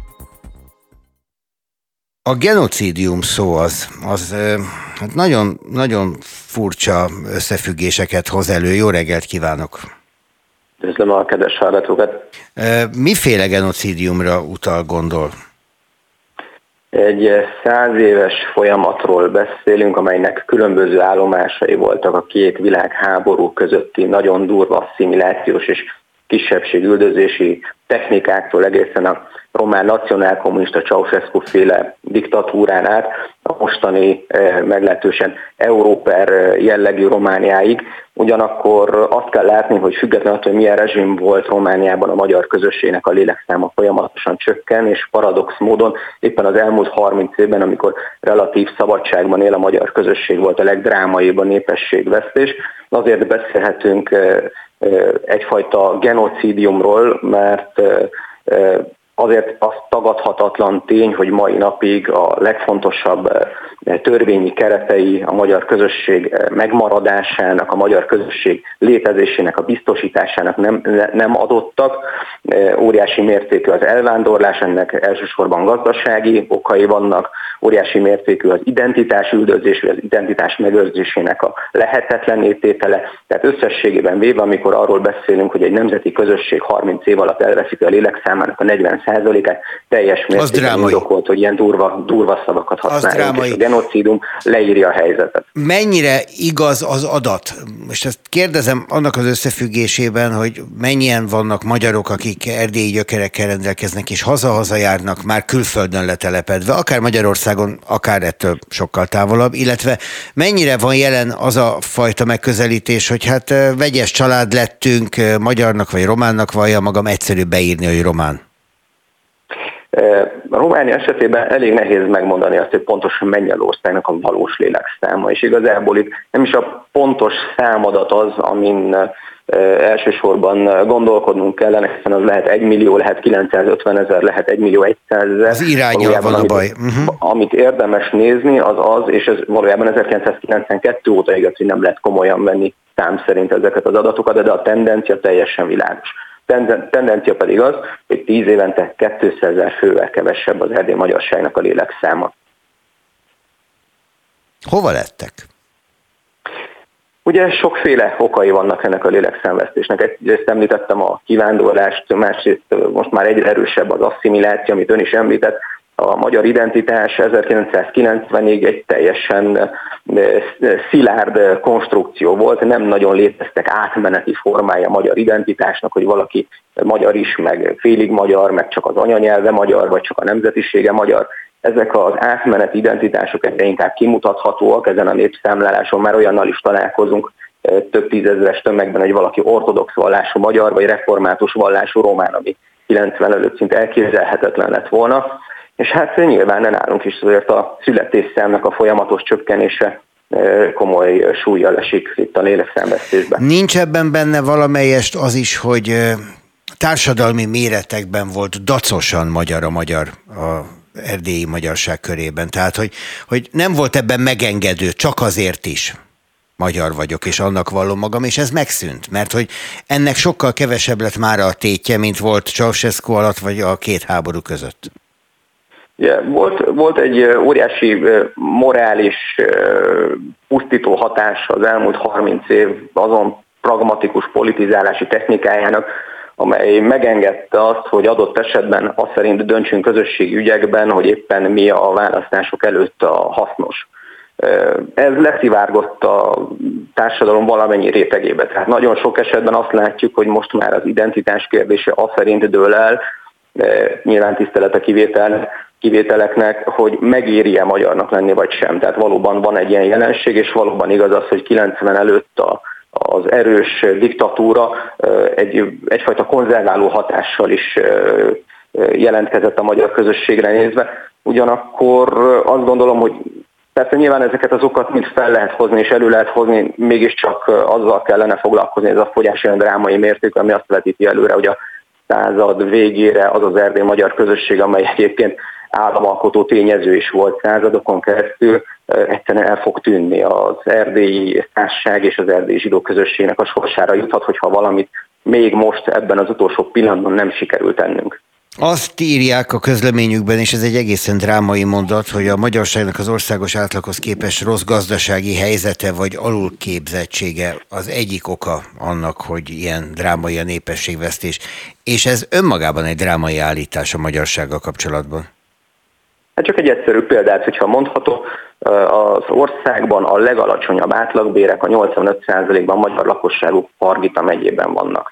A genocídium szó az nagyon, nagyon furcsa összefüggéseket hoz elő. Jó reggelt kívánok! Üdvözlöm a kedves hallgatókat! Miféle genocídiumra utal, gondol? Egy 100 éves folyamatról beszélünk, amelynek különböző állomásai voltak a két világháború közötti nagyon durva asszimilációs és kisebbségüldözési technikáktól egészen a román nacionálkommunista Ceausescu-féle diktatúrán át a mostani meglehetősen európer jellegű Romániáig. Ugyanakkor azt kell látni, hogy függetlenül attól, hogy milyen rezsim volt Romániában, a magyar közösségnek a lélekszáma folyamatosan csökken, és paradox módon éppen az elmúlt 30 évben, amikor relatív szabadságban él a magyar közösség, volt a legdrámaibb a népességvesztés. Azért beszélhetünk egyfajta genocidiumról, mert azért az tagadhatatlan tény, hogy mai napig a legfontosabb törvényi keretei a magyar közösség megmaradásának, a magyar közösség létezésének a biztosításának nem adottak. Óriási mértékű az elvándorlás, ennek elsősorban gazdasági okai vannak, óriási mértékű az identitásüldözés, az identitás megőrzésének a lehetetlenné tétele. Tehát összességében véve, amikor arról beszélünk, hogy egy nemzeti közösség 30 év alatt elveszíti a lélekszámának a 40%-át, teljes mértékben indokolt, hogy ilyen durva szavakat használjunk, és a genocidum leírja a helyzetet. Mennyire igaz az adat? Most ezt kérdezem annak az összefüggésében, hogy mennyien vannak magyarok, akik erdélyi gyökerekkel rendelkeznek, és haza-haza járnak már külföldön letelepedve, akár Magyarországon, akár ettől sokkal távolabb, illetve mennyire van jelen az a fajta megközelítés, hogy hát vegyes család lettünk, magyarnak vagy románnak vallja magam, egyszerűbb beírni, hogy román. A Románia esetében elég nehéz megmondani azt, hogy pontosan mennyi az országnak a valós lélekszáma, és igazából itt nem is a pontos számadat az, amin elsősorban gondolkodnunk kellene, hiszen az lehet 1 millió, lehet 950 000, lehet 1 millió 100 000. Az iránnyal van a baj. Amit érdemes nézni, az, és ez valójában 1992 óta igaz, hogy nem lehet komolyan venni szám szerint ezeket az adatokat, de a tendencia teljesen világos. Tendencia pedig az, hogy 10 évente 200 000 fővel kevesebb az erdélyi magyarságnak a lélekszáma. Hova lettek? Ugye sokféle okai vannak ennek a lélekszámvesztésnek. Egyrészt említettem a kivándorlást, másrészt most már egyre erősebb az asszimiláció, amit ön is említett. A magyar identitás 1990-ig egy teljesen szilárd konstrukció volt, nem nagyon léteztek átmeneti formái a magyar identitásnak, hogy valaki magyar is, meg félig magyar, meg csak az anyanyelve magyar, vagy csak a nemzetisége magyar. Ezek az átmeneti identitások egyre inkább kimutathatóak, ezen a népszámláláson már olyannal is találkozunk több tízezres tömegben, hogy valaki ortodox vallású magyar, vagy református vallású román, ami 90 előtt szinte elképzelhetetlen lett volna. És hát nyilván nálunk is azért a születésszámnak a folyamatos csökkenése komoly súllyal esik itt a lélekszámvesztésben. Nincs ebben benne valamelyest az is, hogy társadalmi méretekben volt dacosan magyar a erdélyi magyarság körében. Tehát, hogy nem volt ebben megengedő, csak azért is magyar vagyok, és annak vallom magam, és ez megszűnt, mert hogy ennek sokkal kevesebb lett már a tétje, mint volt Ceausescu alatt, vagy a két háború között. Yeah, volt egy óriási morális pusztító hatása az elmúlt 30 év azon pragmatikus politizálási technikájának, amely megengedte azt, hogy adott esetben azt szerint döntsünk közösségi ügyekben, hogy éppen mi a választások előtt a hasznos. Ez leszivárgott a társadalom valamennyi rétegébe. Tehát nagyon sok esetben azt látjuk, hogy most már az identitás kérdése azt szerint dől el, nyilván tisztelet a kivételeknek, hogy megéri-e magyarnak lenni, vagy sem. Tehát valóban van egy ilyen jelenség, és valóban igaz az, hogy 90 előtt az erős diktatúra egyfajta konzerváló hatással is jelentkezett a magyar közösségre nézve. Ugyanakkor azt gondolom, hogy persze nyilván ezeket az okat mind fel lehet hozni és elő lehet hozni, mégiscsak azzal kellene foglalkozni, ez a fogyás olyan drámai mértékű, ami azt vetíti előre, hogy a század végére az az erdélyi magyar közösség, amely egyébként államalkotó tényező is volt századokon keresztül, egyszerűen el fog tűnni. Az erdélyi társaság és az erdélyi zsidó közösségnek a sorsára juthat, hogyha valamit még most ebben az utolsó pillanatban nem sikerült tennünk. Azt írják a közleményükben, és ez egy egészen drámai mondat, hogy a magyarságnak az országos átlaghoz képest rossz gazdasági helyzete vagy alulképzettsége az egyik oka annak, hogy ilyen drámai a népességvesztés. És ez önmagában egy drámai állítás a magyarsággal kapcsolatban. Hát csak egy egyszerű példát, hogyha mondható, az országban a legalacsonyabb átlagbérek a 85%-ban magyar lakosságú Margita megyében vannak.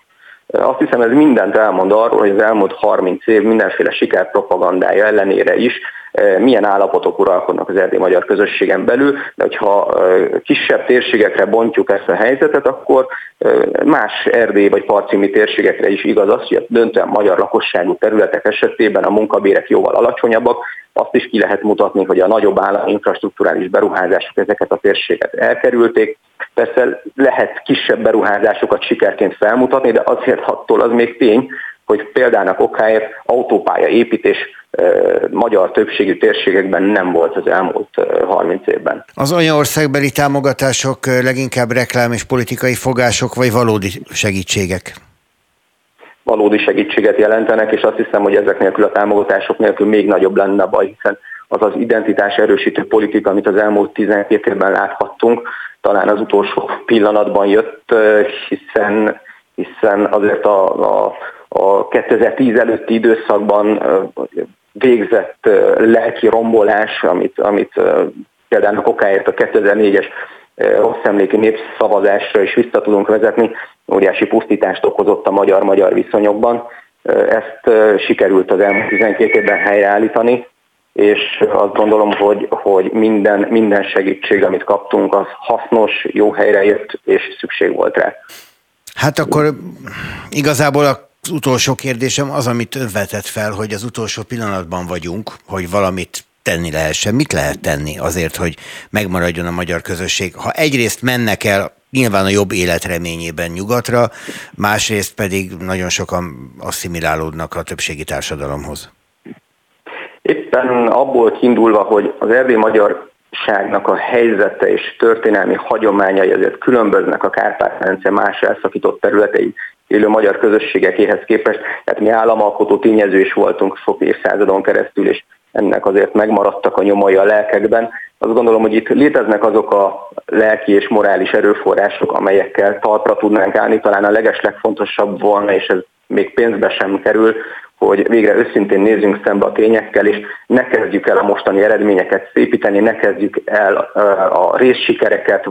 Azt hiszem, ez mindent elmond arról, hogy az elmúlt 30 év mindenféle sikerpropagandája ellenére is milyen állapotok uralkodnak az erdélyi magyar közösségen belül, de hogyha kisebb térségekre bontjuk ezt a helyzetet, akkor más erdélyi vagy partcími térségekre is igaz az, hogy a döntően magyar lakosságú területek esetében a munkabérek jóval alacsonyabbak. Azt is ki lehet mutatni, hogy a nagyobb állami infrastrukturális beruházások ezeket a térséget elkerülték. Persze lehet kisebb beruházásokat sikerként felmutatni, de azért attól az még tény, hogy példának okáért autópálya építés magyar többségű térségekben nem volt az elmúlt 30 évben. Az anyaországbeli támogatások leginkább reklám és politikai fogások, vagy valódi segítségek? Valódi segítséget jelentenek, és azt hiszem, hogy ezek nélkül a támogatások nélkül még nagyobb lenne a baj, hiszen az az identitás erősítő politika, amit az elmúlt 12 évben láthattunk, talán az utolsó pillanatban jött, hiszen azért a 2010 előtti időszakban végzett lelki rombolás, amit például okáért a 2004-es rossz emlékű népszavazásra is vissza tudunk vezetni, óriási pusztítást okozott a magyar-magyar viszonyokban. Ezt sikerült az elmúlt 12 évben helyreállítani, és azt gondolom, hogy minden segítség, amit kaptunk, az hasznos, jó helyre jött, és szükség volt rá. Hát akkor igazából az utolsó kérdésem az, amit ön vetett fel, hogy az utolsó pillanatban vagyunk, hogy valamit tenni lehessen. Mit lehet tenni azért, hogy megmaradjon a magyar közösség? Ha egyrészt mennek el nyilván a jobb élet reményében nyugatra, másrészt pedig nagyon sokan asszimilálódnak a többségi társadalomhoz. Éppen abból kiindulva, hogy az erdélyi magyarságnak a helyzete és történelmi hagyományai azért különböznek a Kárpát-medence más elszakított területei élő magyar közösségekéhez képest, tehát mi államalkotó tényező is voltunk sok évszázadon keresztül, és ennek azért megmaradtak a nyomai a lelkekben. Azt gondolom, hogy itt léteznek azok a lelki és morális erőforrások, amelyekkel talpra tudnánk állni. Talán a legeslegfontosabb volna, és ez még pénzbe sem kerül, hogy végre őszintén nézzünk szembe a tényekkel, és ne kezdjük el a mostani eredményeket szépíteni, ne kezdjük el a részsikereket,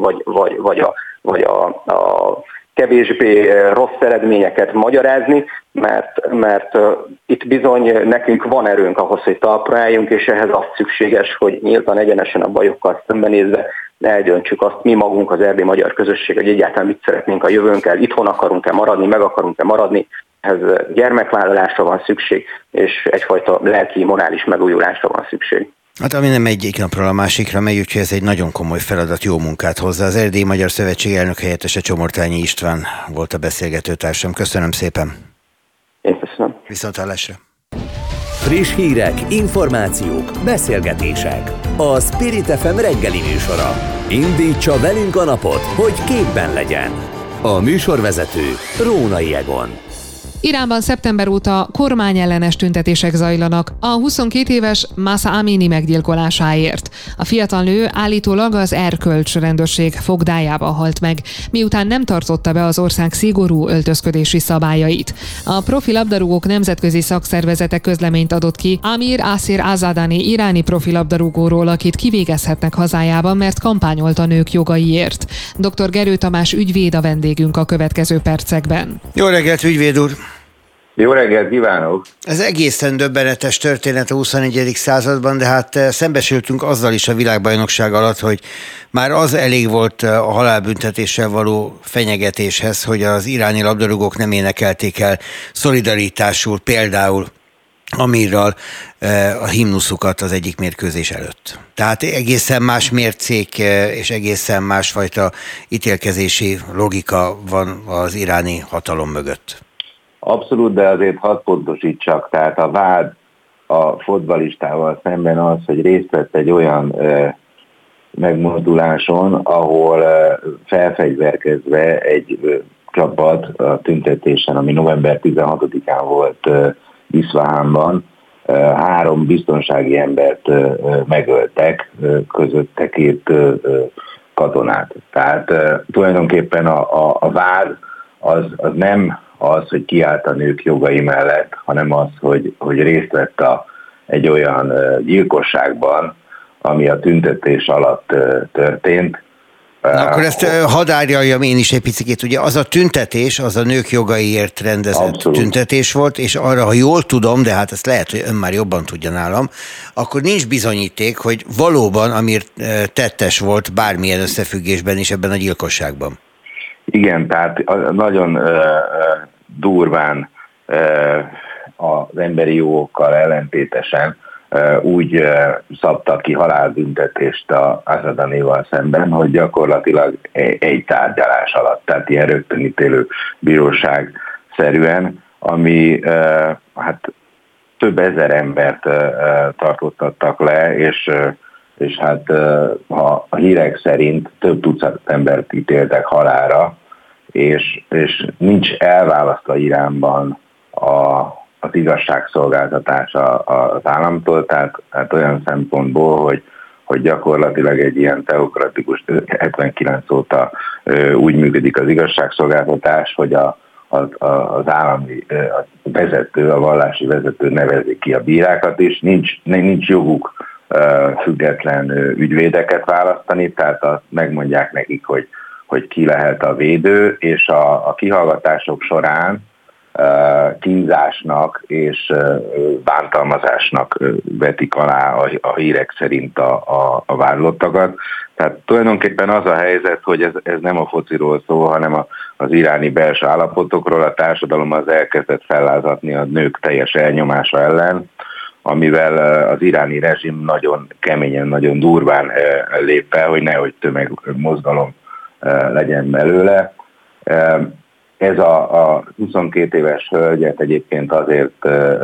vagy a kevésbé rossz eredményeket magyarázni, mert itt bizony nekünk van erőnk ahhoz, hogy talpra álljunk, és ehhez az szükséges, hogy nyíltan egyenesen a bajokkal szembenézve ne eldöntsük azt mi magunk, az erdélyi magyar közösség, hogy egyáltalán mit szeretnénk a jövőnkkel, itthon akarunk-e maradni, meg akarunk-e maradni, ehhez gyermekvállalásra van szükség, és egyfajta lelki, morális megújulásra van szükség. Hát ami nem egyik napról a másikra megy, úgyhogy ez egy nagyon komoly feladat, jó munkát hozzá. Az Erdélyi Magyar Szövetség elnök helyettese Csomortányi István volt a beszélgetőtársam. Köszönöm szépen. Én köszönöm. Viszonthallásra. Friss hírek, információk, beszélgetések. A Spirit FM reggeli műsora. Indítsa velünk a napot, hogy képben legyen. A műsorvezető Rónai Egon. Iránban szeptember óta kormányellenes tüntetések zajlanak a 22 éves Mahsa Amini meggyilkolásáért. A fiatal nő állítólag az erkölcs rendőrség fogdájába halt meg, miután nem tartotta be az ország szigorú öltözködési szabályait. A profi labdarúgók nemzetközi szakszervezete közleményt adott ki Amir Asir Azadani iráni profi labdarúgóról, akit kivégezhetnek hazájában, mert kampányolt a nők jogaiért. Dr. Gerő Tamás ügyvéd a vendégünk a következő percekben. Jó reggelt, ügyvéd úr! Jó reggelt kívánok! Ez egészen döbbenetes történet a 21. században, de hát szembesültünk azzal is a világbajnokság alatt, hogy már az elég volt a halálbüntetéssel való fenyegetéshez, hogy az iráni labdarúgók nem énekelték el szolidaritásul például Amirral a himnuszukat az egyik mérkőzés előtt. Tehát egészen más mércék és egészen másfajta ítélkezési logika van az iráni hatalom mögött. Abszolút, de azért hadd pontosítsak, tehát a vád a fotballistával szemben az, hogy részt vett egy olyan megmozduláson, ahol felfegyverkezve egy csapat a tüntetésen, ami november 16-án volt Iszfahánban, 3 biztonsági embert megöltek, közötte 2 katonát. Tehát tulajdonképpen a vád az nem az, hogy kiállt a nők jogai mellett, hanem az, hogy részt vett egy olyan gyilkosságban, ami a tüntetés alatt történt, Na, akkor ezt hadd árjaljam én is egy picit. Ugye az a tüntetés, az a nők jogaiért rendezett Abszolút. tüntetés volt, és arra, ha jól tudom, de hát ezt lehet, hogy ön már jobban tudja nálam, akkor nincs bizonyíték, hogy valóban Amir tettes volt bármilyen összefüggésben is ebben a gyilkosságban. Igen, tehát nagyon durván az emberi jogokkal ellentétesen úgy szabtak ki halálbüntetést a Asadanival szemben, hogy gyakorlatilag egy tárgyalás alatt, tehát ilyen rögtönítélő bíróság szerűen, ami hát több ezer embert tartóztattak le, és hát a hírek szerint több tucat embert ítéltek halálra, és nincs elválasztva Iránban az igazságszolgáltatás az államtól, tehát olyan szempontból, hogy gyakorlatilag egy ilyen teokratikus 79 óta úgy működik az igazságszolgáltatás, hogy az állami vezető, a vallási vezető nevezi ki a bírákat is, nincs joguk független ügyvédeket választani, tehát azt megmondják nekik, hogy ki lehet a védő, és a kihallgatások során kínzásnak és bántalmazásnak vetik alá a hírek szerint a vádlottakat. Tehát tulajdonképpen az a helyzet, hogy ez nem a fociról szól, hanem az iráni belső állapotokról. A társadalom az elkezdett fellázadni a nők teljes elnyomása ellen, amivel az iráni rezsim nagyon keményen, nagyon durván lép fel, hogy nehogy tömegmozgalom legyen belőle. Ez a 22 éves hölgyet egyébként azért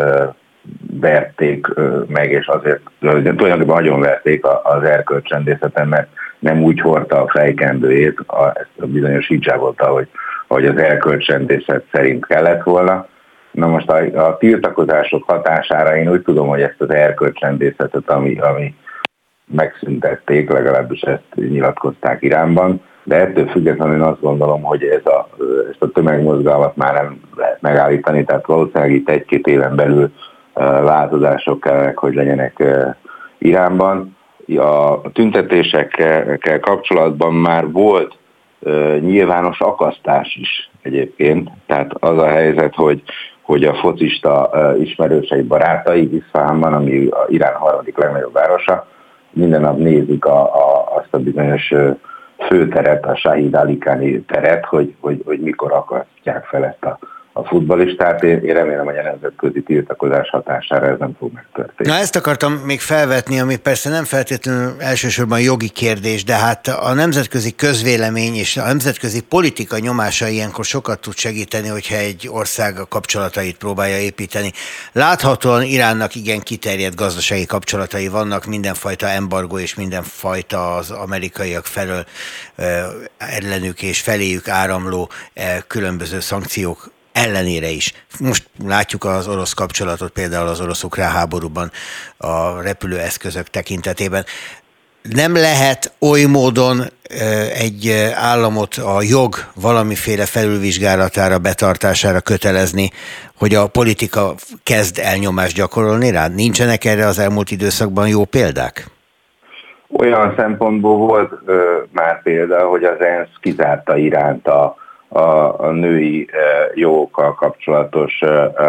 verték meg, és azért tulajdonképpen nagyon verték az erkölcsrendészeten, mert nem úgy hordta a fejkendőjét, ezt a bizonyos hijabot, ahogy az erkölcsrendészet szerint kellett volna. Na most a tiltakozások hatására én úgy tudom, hogy ezt az erkölcsrendészetet, ami megszüntették, legalábbis ezt nyilatkozták Iránban, de ettől függetlenül azt gondolom, hogy ezt a tömegmozgalmat már nem lehet megállítani, tehát valószínűleg itt 1-2 éven belül változások kellene, hogy legyenek Iránban. A tüntetésekkel kapcsolatban már volt nyilvános akasztás is egyébként, tehát az a helyzet, hogy a focista ismerősei, barátai Iszfahánban, ami Irán harmadik legnagyobb városa, minden nap nézik azt a bizonyos főteret, a Shahid Ali Khani teret, hogy mikor akasztják fel ezt a futballistát. Én remélem, hogy a nemzetközi tiltakozás hatására ez nem fog megtörténni. Na, ezt akartam még felvetni, ami persze nem feltétlenül elsősorban jogi kérdés, de hát a nemzetközi közvélemény és a nemzetközi politika nyomása ilyenkor sokat tud segíteni, hogyha egy ország a kapcsolatait próbálja építeni. Láthatóan Iránnak igen kiterjedt gazdasági kapcsolatai vannak, mindenfajta embargó és mindenfajta az amerikaiak felől ellenük és feléjük áramló különböző szankciók ellenére is. Most látjuk az orosz kapcsolatot például az orosz-ukrán háborúban a repülőeszközök tekintetében. Nem lehet oly módon egy államot a jog valamiféle felülvizsgálatára, betartására kötelezni, hogy a politika kezd elnyomást gyakorolni rá? Nincsenek erre az elmúlt időszakban jó példák? Olyan szempontból volt már példa, hogy az ENSZ kizárta Iránt a női jogokkal kapcsolatos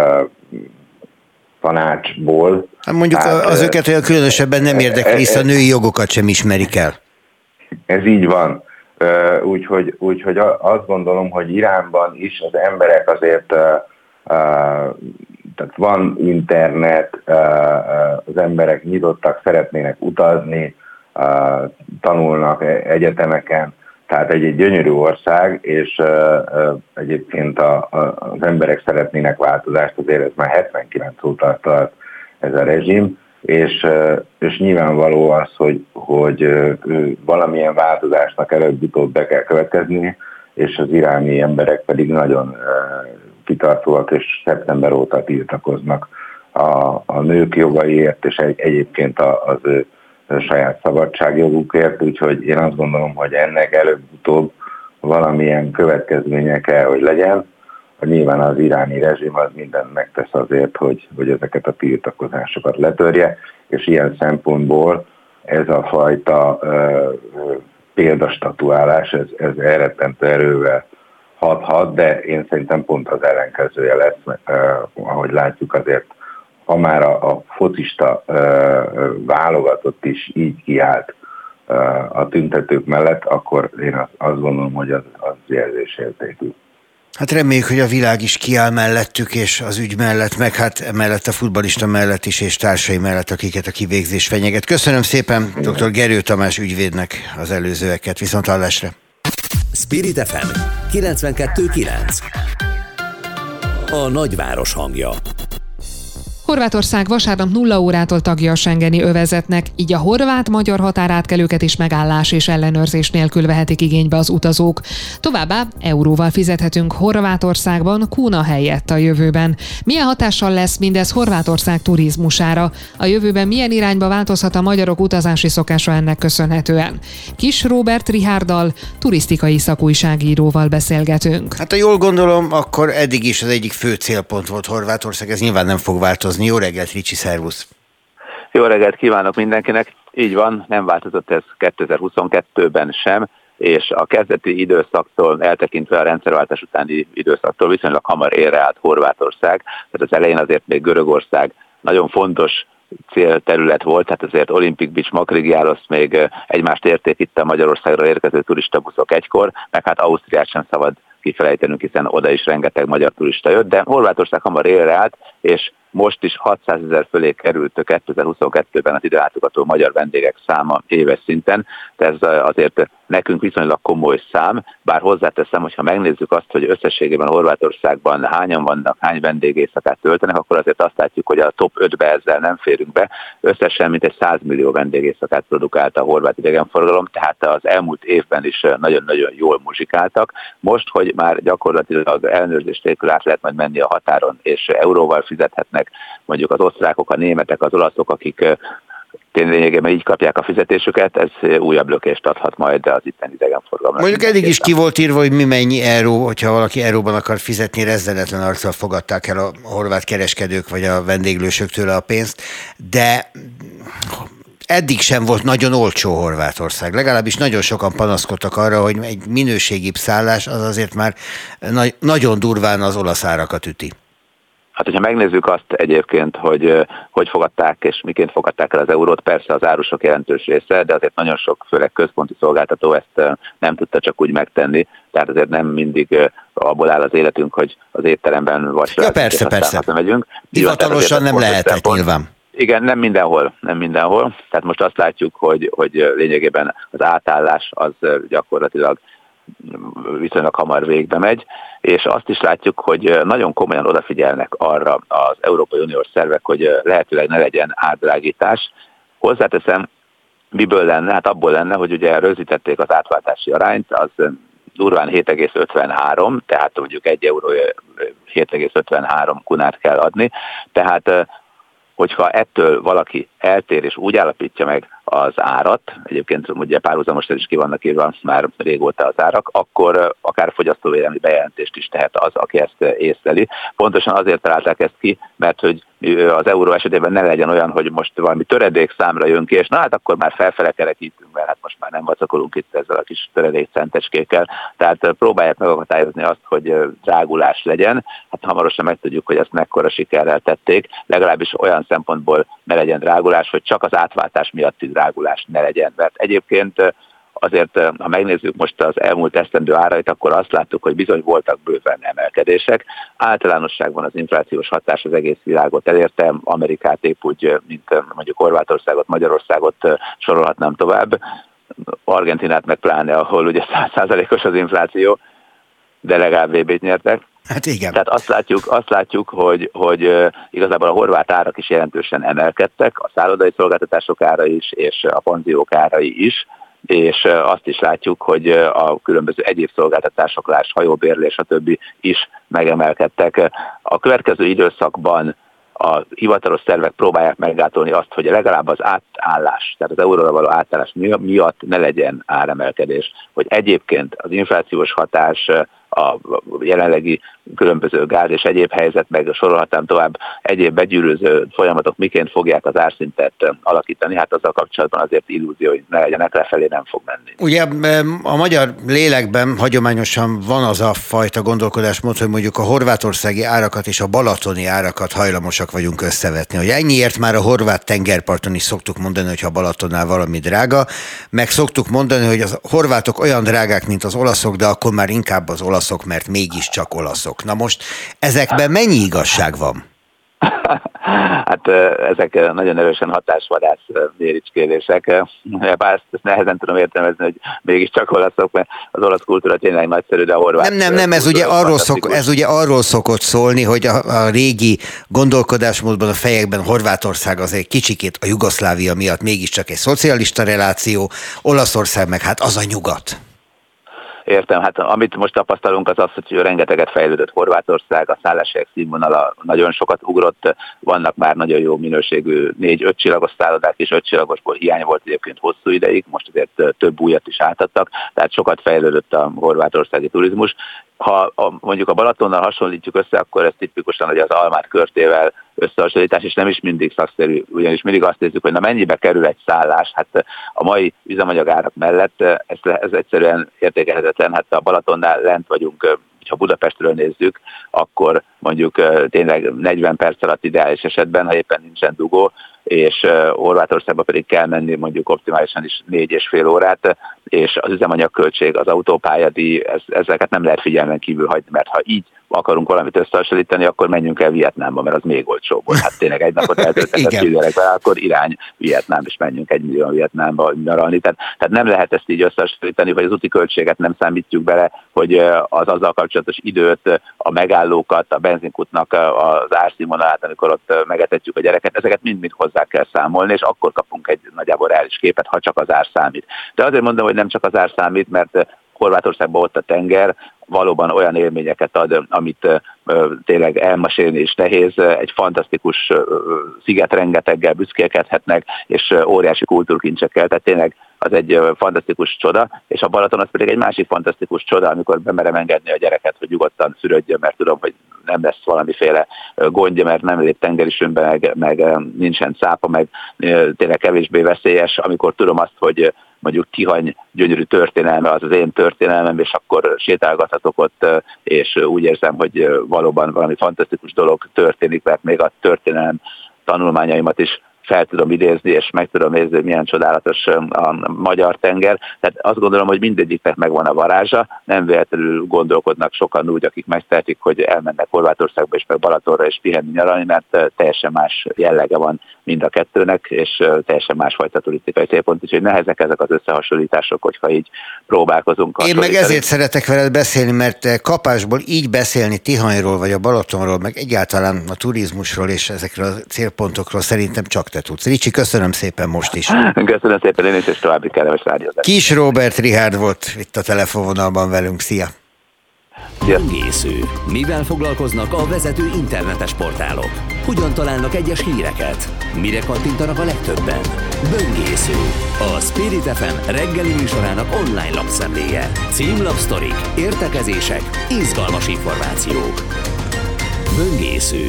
tanácsból. Mondjuk az őket olyan különösebben nem érdekli, hisz a női jogokat sem ismerik el. Ez így van. Úgyhogy azt gondolom, hogy Iránban is az emberek azért, tehát van internet, az emberek nyitottak, szeretnének utazni, tanulnak egyetemeken, tehát egy gyönyörű ország, és egyébként az emberek szeretnének változást, azért ez már 79 óta tart ez a rezsim, és nyilvánvaló az, hogy valamilyen változásnak előbb-utóbb be kell következni, és az iráni emberek pedig nagyon kitartóak, és szeptember óta tiltakoznak a nők jogaiért, és egyébként az ő saját szabadságjogukért, úgyhogy én azt gondolom, hogy ennek előbb-utóbb valamilyen következménye kell, hogy legyen. Nyilván az iráni rezsim az mindent megtesz azért, hogy ezeket a tiltakozásokat letörje, és ilyen szempontból ez a fajta példastatuálás, ez elrettentő erővel hathat, de én szerintem pont az ellenkezője lesz, ahogy látjuk azért, ha már a focista válogatott is így kiállt a tüntetők mellett, akkor én azt gondolom, hogy az jelzésértékű. Hát reméljük, hogy a világ is kiáll mellettük, és az ügy mellett, meg hát mellett a futballista mellett is, és társai mellett, akiket a kivégzés fenyeget. Köszönöm szépen dr. Gerő Tamás ügyvédnek az előzőeket. Viszonthallásra! Spirit FM 92.9. A nagyváros hangja. Horvátország vasárnap 0 órától tagja a schengeni övezetnek, így a horvát-magyar határátkelőket is megállás és ellenőrzés nélkül vehetik igénybe az utazók. Továbbá euróval fizethetünk Horvátországban Kuna helyett a jövőben. Milyen hatással lesz mindez Horvátország turizmusára? A jövőben milyen irányba változhat a magyarok utazási szokása ennek köszönhetően? Kis Róbert Richárddal, turisztikai szakújságíróval beszélgetünk. Hát ha jól gondolom, akkor eddig is az egyik fő célpont volt Horvátország, ez nyilván nem fog változni. Jó reggelt, Ricsi, szervusz! Jó reggelt kívánok mindenkinek! Így van, nem változott ez 2022-ben sem, és a kezdeti időszaktól, eltekintve a rendszerváltás utáni időszaktól viszonylag hamar érre állt Horvátország. Tehát az elején azért még Görögország nagyon fontos célterület volt, tehát azért Olympic Beach, Makrigiálosz még egymást érték itt a Magyarországra érkező turistabuszok egykor, meg hát Ausztriát sem szabad kifelejtenünk, hiszen oda is rengeteg magyar turista jött, de Horvátország hamar érre állt, és most is 600 000 fölé került 2022-ben az ide látogató magyar vendégek száma éves szinten, de ez azért nekünk viszonylag komoly szám, bár hozzáteszem, hogyha megnézzük azt, hogy összességében Horvátországban hányan vannak, hány vendégészakát töltenek, akkor azért azt látjuk, hogy a top 5-be ezzel nem férünk be. Összesen mintegy 100 millió vendégészakát produkálta a horvát idegenforgalom, tehát az elmúlt évben is nagyon-nagyon jól muzsikáltak. Most, hogy már gyakorlatilag ellenőrzés nélkül át lehet majd menni a határon, és euróval fizethetnek mondjuk az osztrákok, a németek, az olaszok, akik lényegében így kapják a fizetésüket, ez újabb lökést adhat majd az itteni idegenforgalomra. Mondjuk eddig is ki volt írva, hogy mi mennyi euró, hogyha valaki euróban akar fizetni, rezzenetlen arccal fogadták el a horvát kereskedők vagy a vendéglősök tőle a pénzt, de eddig sem volt nagyon olcsó Horvátország. Legalábbis nagyon sokan panaszkodtak arra, hogy egy minőségibb szállás az azért már nagyon durván az olasz árakat üti. Hát, hogyha megnézzük azt egyébként, hogy fogadták és miként fogadták el az eurót, persze az árusok jelentős része, de azért nagyon sok, főleg központi szolgáltató ezt nem tudta csak úgy megtenni, tehát azért nem mindig abból áll az életünk, hogy az étteremben vagy persze. megyünk. Hivatalosan nem lehetett nyilván. Igen, nem mindenhol. Tehát most azt látjuk, hogy lényegében az átállás az gyakorlatilag viszonylag hamar végbe megy, és azt is látjuk, hogy nagyon komolyan odafigyelnek arra az Európai Uniós szervek, hogy lehetőleg ne legyen átdrágítás. Hozzáteszem, miből lenne? Hát abból lenne, hogy ugye rögzítették az átváltási arányt, az durván 7,53, tehát mondjuk 1 euró 7,53 kunát kell adni, tehát hogyha ettől valaki eltér és úgy állapítja meg az árat, egyébként ugye párhuzamosan is ki vannak írva már régóta az árak, akkor akár fogyasztóvédelmi bejelentést is tehet az, aki ezt észleli. Pontosan azért találták ezt ki, mert hogy az euró esetében ne legyen olyan, hogy most valami töredék számra jön ki, és na hát akkor már felfele kerekítünk, mert hát most már nem vacakolunk itt ezzel a kis töredék centecskékkel. Tehát próbálják megakadályozni azt, hogy drágulás legyen. Hát hamarosan megtudjuk, hogy ezt mekkora sikerrel tették, legalábbis olyan szempontból ne legyen drágulás, hogy csak az átváltás miatti drágulás ne legyen. Mert egyébként azért, ha megnézzük most az elmúlt esztendő árait, akkor azt láttuk, hogy bizony voltak bőven emelkedések. Általánosságban az inflációs hatás az egész világot elérte, Amerikát épp úgy, mint mondjuk Horvátországot, Magyarországot sorolhatnám tovább. Argentinát meg pláne, ahol ugye 100%-os az infláció, de legalább VB-t nyertek. Hát igen. Tehát azt látjuk, hogy igazából a horvát árak is jelentősen emelkedtek, a szállodai szolgáltatások ára is, és a panziók árai is, és azt is látjuk, hogy a különböző egyéb szolgáltatások, lásd, hajóbérlés, stb. Is megemelkedtek. A következő időszakban a hivatalos szervek próbálják meggátolni azt, hogy legalább az átállás, tehát az euróra való átállás miatt ne legyen áremelkedés, hogy egyébként az inflációs hatás, a jelenlegi különböző gáz és egyéb helyzet, meg sorolhatnám tovább egyéb begyűrűző folyamatok miként fogják az árszintet alakítani, hát azzal kapcsolatban azért illúziói ne legyenek, lefelé nem fog menni. Ugye a magyar lélekben hagyományosan van az a fajta gondolkodásmód, hogy mondjuk a horvátországi árakat és a balatoni árakat hajlamosak vagyunk összevetni. Hogy ennyiért már a horvát tengerparton is szoktuk mondani, hogy ha Balatonnál valami drága, meg szoktuk mondani, hogy az horvátok olyan drágák, mint az olaszok, de akkor már inkább az olaszok, mert mégiscsak olaszok. Na most ezekben mennyi igazság van? Hát ezek nagyon erősen hatásvadász méricskélések. Bár ezt nehezen tudom értelmezni, hogy mégiscsak olaszok, mert az olasz kultúra tényleg nagyszerű, de a horvát... Nem, ez ugye arról szokott szólni, hogy a régi gondolkodásmódban, a fejekben Horvátország azért kicsikét a Jugoszlávia miatt mégiscsak egy szocialista reláció, Olaszország meg hát az a nyugat. Értem, hát amit most tapasztalunk az az, hogy rengeteget fejlődött Horvátország, a szálláshelyek színvonala nagyon sokat ugrott, vannak már nagyon jó minőségű 4-5 csillagos szállodák, és 5 csillagosból hiány volt egyébként hosszú ideig, most azért több újat is átadtak, tehát sokat fejlődött a horvátországi turizmus. Ha mondjuk a Balatonnal hasonlítjuk össze, akkor ez tipikusan, hogy az Almát körtével összehasonlítás, és nem is mindig szakszerű, ugyanis mindig azt nézzük, hogy na mennyibe kerül egy szállás, hát a mai üzemanyagárak mellett ez egyszerűen értékelhetetlen, hát a Balatonnál lent vagyunk, ha Budapestről nézzük, akkor mondjuk tényleg 40 perc alatt ideális esetben, ha éppen nincsen dugó, és Horvátországba pedig kell menni mondjuk optimálisan is 4,5 órát, és az üzemanyagköltség, az autópályadíj, ezeket nem lehet figyelmen kívül hagyni, mert ha így akarunk valamit összehasonlítani, akkor menjünk el Vietnámba, mert az még olcsóbb volt. Hát tényleg egy napot eltöltetett kívülekbe, akkor irány Vietnám, és menjünk 1 millió Vietnámba nyaralni. Tehát nem lehet ezt így összehasonlítani, vagy az úti költséget nem számítjuk bele, hogy az azzal kapcsolatos időt, a megállókat, a benzinkútnak az árszínvonalát, amikor ott megetetjük a gyereket, ezeket mind-mind hozzá kell számolni, és akkor kapunk egy nagyjából reális képet, ha csak az ár számít. De azért mondom, hogy nem csak az ár számít, mert Horvátországban ott a tenger valóban olyan élményeket ad, amit tényleg elmesélni is nehéz. Egy fantasztikus sziget, rengeteggel büszkélkedhetnek, és óriási kultúrkincsekkel, tehát tényleg az egy fantasztikus csoda, és a Balaton az pedig egy másik fantasztikus csoda, amikor bemerem engedni a gyereket, hogy nyugodtan fürödjön, mert tudom, hogy nem lesz valamiféle gondja, mert nem lép tengerisünkbe, meg nincsen cápa, meg tényleg kevésbé veszélyes, amikor tudom azt, hogy mondjuk Tihany gyönyörű történelme, az az én történelmem, és akkor sétálgathatok ott, és úgy érzem, hogy valóban valami fantasztikus dolog történik, mert még a történelem tanulmányaimat is fel tudom idézni, és meg tudom nézni, hogy milyen csodálatos a magyar tenger. Tehát azt gondolom, hogy mindegyiknek megvan a varázsa, nem véletlenül gondolkodnak sokan úgy, akik megtehetik, hogy elmennek Horvátországba és meg Balatonra és pihenni nyaralni, mert teljesen más jellege van mind a kettőnek, és teljesen másfajta turisztikai célpont, úgyhogy nehezek ezek az összehasonlítások, hogyha így próbálkozunk. Én meg ezért szeretek veled beszélni, mert kapásból így beszélni Tihanyról, vagy a Balatonról, meg egyáltalán a turizmusról és ezekről a célpontokról szerintem csak te tudsz. Ricsi, köszönöm szépen most is. Köszönöm szépen én is, és további kellemes rádiózást. Kis Róbert Richárd volt itt a telefonvonalban velünk. Szia! Böngésző. Mivel foglalkoznak a vezető internetes portálok? Hogyan találnak egyes híreket? Mire kattintanak a legtöbben? Böngésző. A Spirit FM reggeli műsorának online lapszemléje. Címlapsztorik, értekezések, izgalmas információk. Böngésző.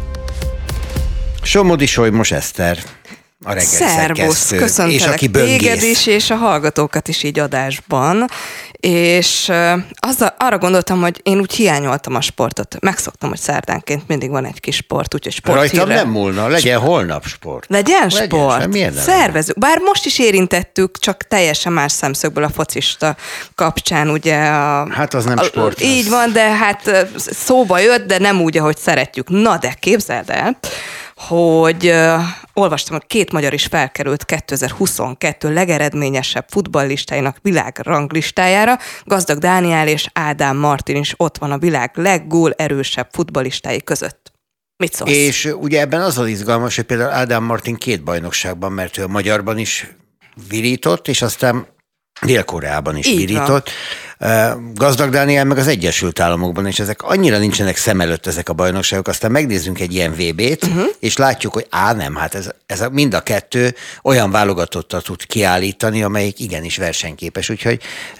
Somodi Solymos Eszter, a reggel szervusz, köszöntelek téged is, és a hallgatókat is így adásban. És arra gondoltam, hogy én úgy hiányoltam a sportot. Megszoktam, hogy szerdánként mindig van egy kis sport, úgyhogy sporthírre. Rajtam nem múlna, legyen holnap sport. Legyen sport, szervezünk. Bár most is érintettük, csak teljesen más szemszögből a focista kapcsán, ugye. Hát az nem sport. Így van, de hát szóba jött, de nem úgy, ahogy szeretjük. Na de képzeld el, hogy olvastam, hogy 2 magyar is felkerült 2022 legeredményesebb futballistáinak világranglistájára. Gazdag Dániel és Ádám Martin is ott van a világ leggól erősebb futballistái között. Mit szólsz? És ugye ebben az izgalmas, hogy például Ádám Martin 2 bajnokságban, mert ő a magyarban is virított, és aztán Dél-Koreában is virított. Gazdag Dániel meg az Egyesült Államokban, és ezek annyira nincsenek szem előtt ezek a bajnokságok, aztán megnézzünk egy ilyen VB-t, és látjuk, hogy nem, hát ez mind a kettő olyan válogatottat tud kiállítani, amelyik igenis versenyképes, úgyhogy ezek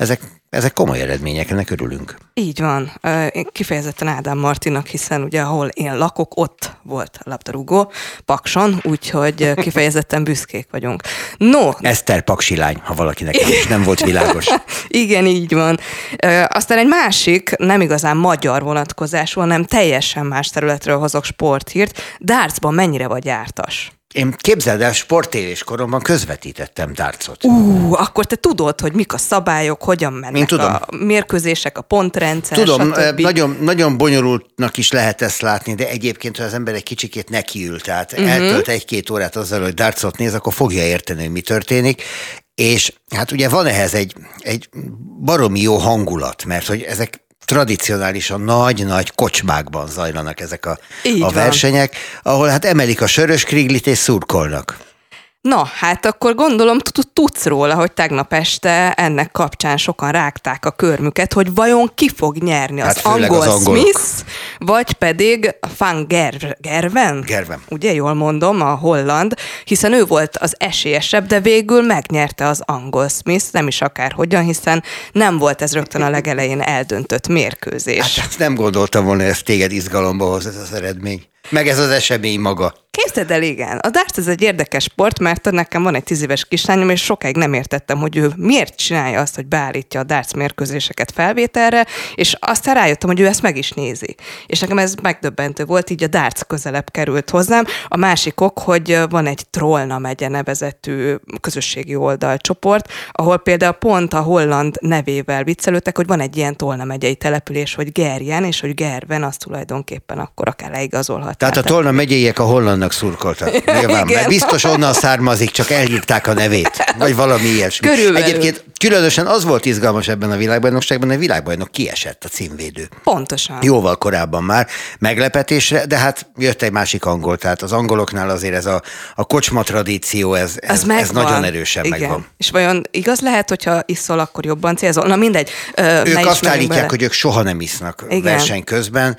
ezek komoly eredmények, ennek örülünk. Így van. Én kifejezetten Ádám Martinak, hiszen ugye ahol én lakok, ott volt a labdarúgó, Pakson, úgyhogy kifejezetten büszkék vagyunk. No. Eszter paksilány, ha valakinek is nem volt világos. Igen, így van. Aztán egy másik, nem igazán magyar vonatkozású, hanem teljesen más területről hozok sporthírt. Dartsban mennyire vagy jártas? Én képzeld el, sportélés koromban közvetítettem dartsot. Akkor te tudod, hogy mik a szabályok, hogyan mennek a mérkőzések, a pontrendszer, tudom, stb. Nagyon bonyolultnak is lehet ezt látni, de egyébként, ha az ember egy kicsikét nekiül, tehát eltölt 1-2 órát azzal, hogy dartsot néz, akkor fogja érteni, hogy mi történik. És hát ugye van ehhez egy baromi jó hangulat, mert hogy ezek tradicionálisan nagy-nagy kocsmákban zajlanak ezek a versenyek, ahol hát emelik a sörös kriglit és szurkolnak. Na, hát akkor gondolom tudsz róla, hogy tegnap este ennek kapcsán sokan rágták a körmüket, hogy vajon ki fog nyerni, az angol Smith, vagy pedig Van Gerwen? Ugye jól mondom, a holland, hiszen ő volt az esélyesebb, de végül megnyerte az angol Smith, nem is akárhogyan, hiszen nem volt ez rögtön a legelején eldöntött mérkőzés. Hát nem gondoltam volna, hogy ez téged izgalomba hoz ez az eredmény. Meg ez az esemény maga. Képzeld el, igen. A darts ez egy érdekes sport, mert nekem van egy 10 éves kislányom, és sokáig nem értettem, hogy ő miért csinálja azt, hogy beállítja a darts mérkőzéseket felvételre, és aztán rájöttem, hogy ő ezt meg is nézi. És nekem ez megdöbbentő volt, így a darts közelebb került hozzám. A másik ok, hogy van egy Trollna megye nevezetű közösségi oldalcsoport, ahol például pont a holland nevével viccelődtek, hogy van egy ilyen Tolna megyei település, hogy Gerjen, és hogy Gerven, az tulajdonképpen akkor akár leigazolhat. Tehát a Tolna megyeiek a hollandnak szurkoltak. Nyilván, mert biztos onnan származik, csak elhívták a nevét. Vagy valami ilyesmi. Körülbelül. Egyébként különösen az volt izgalmas ebben a világbajnokságban, hogy a világbajnok kiesett, a címvédő. Pontosan. Jóval korábban már meglepetésre, de hát jött egy másik angol, tehát az angoloknál azért ez a kocsma tradíció, ez nagyon erősen megvan. És vajon igaz lehet, hogyha iszol, akkor jobban célzol? Na mindegy. Ők azt állítják, hogy ők soha nem isznak verseny közben,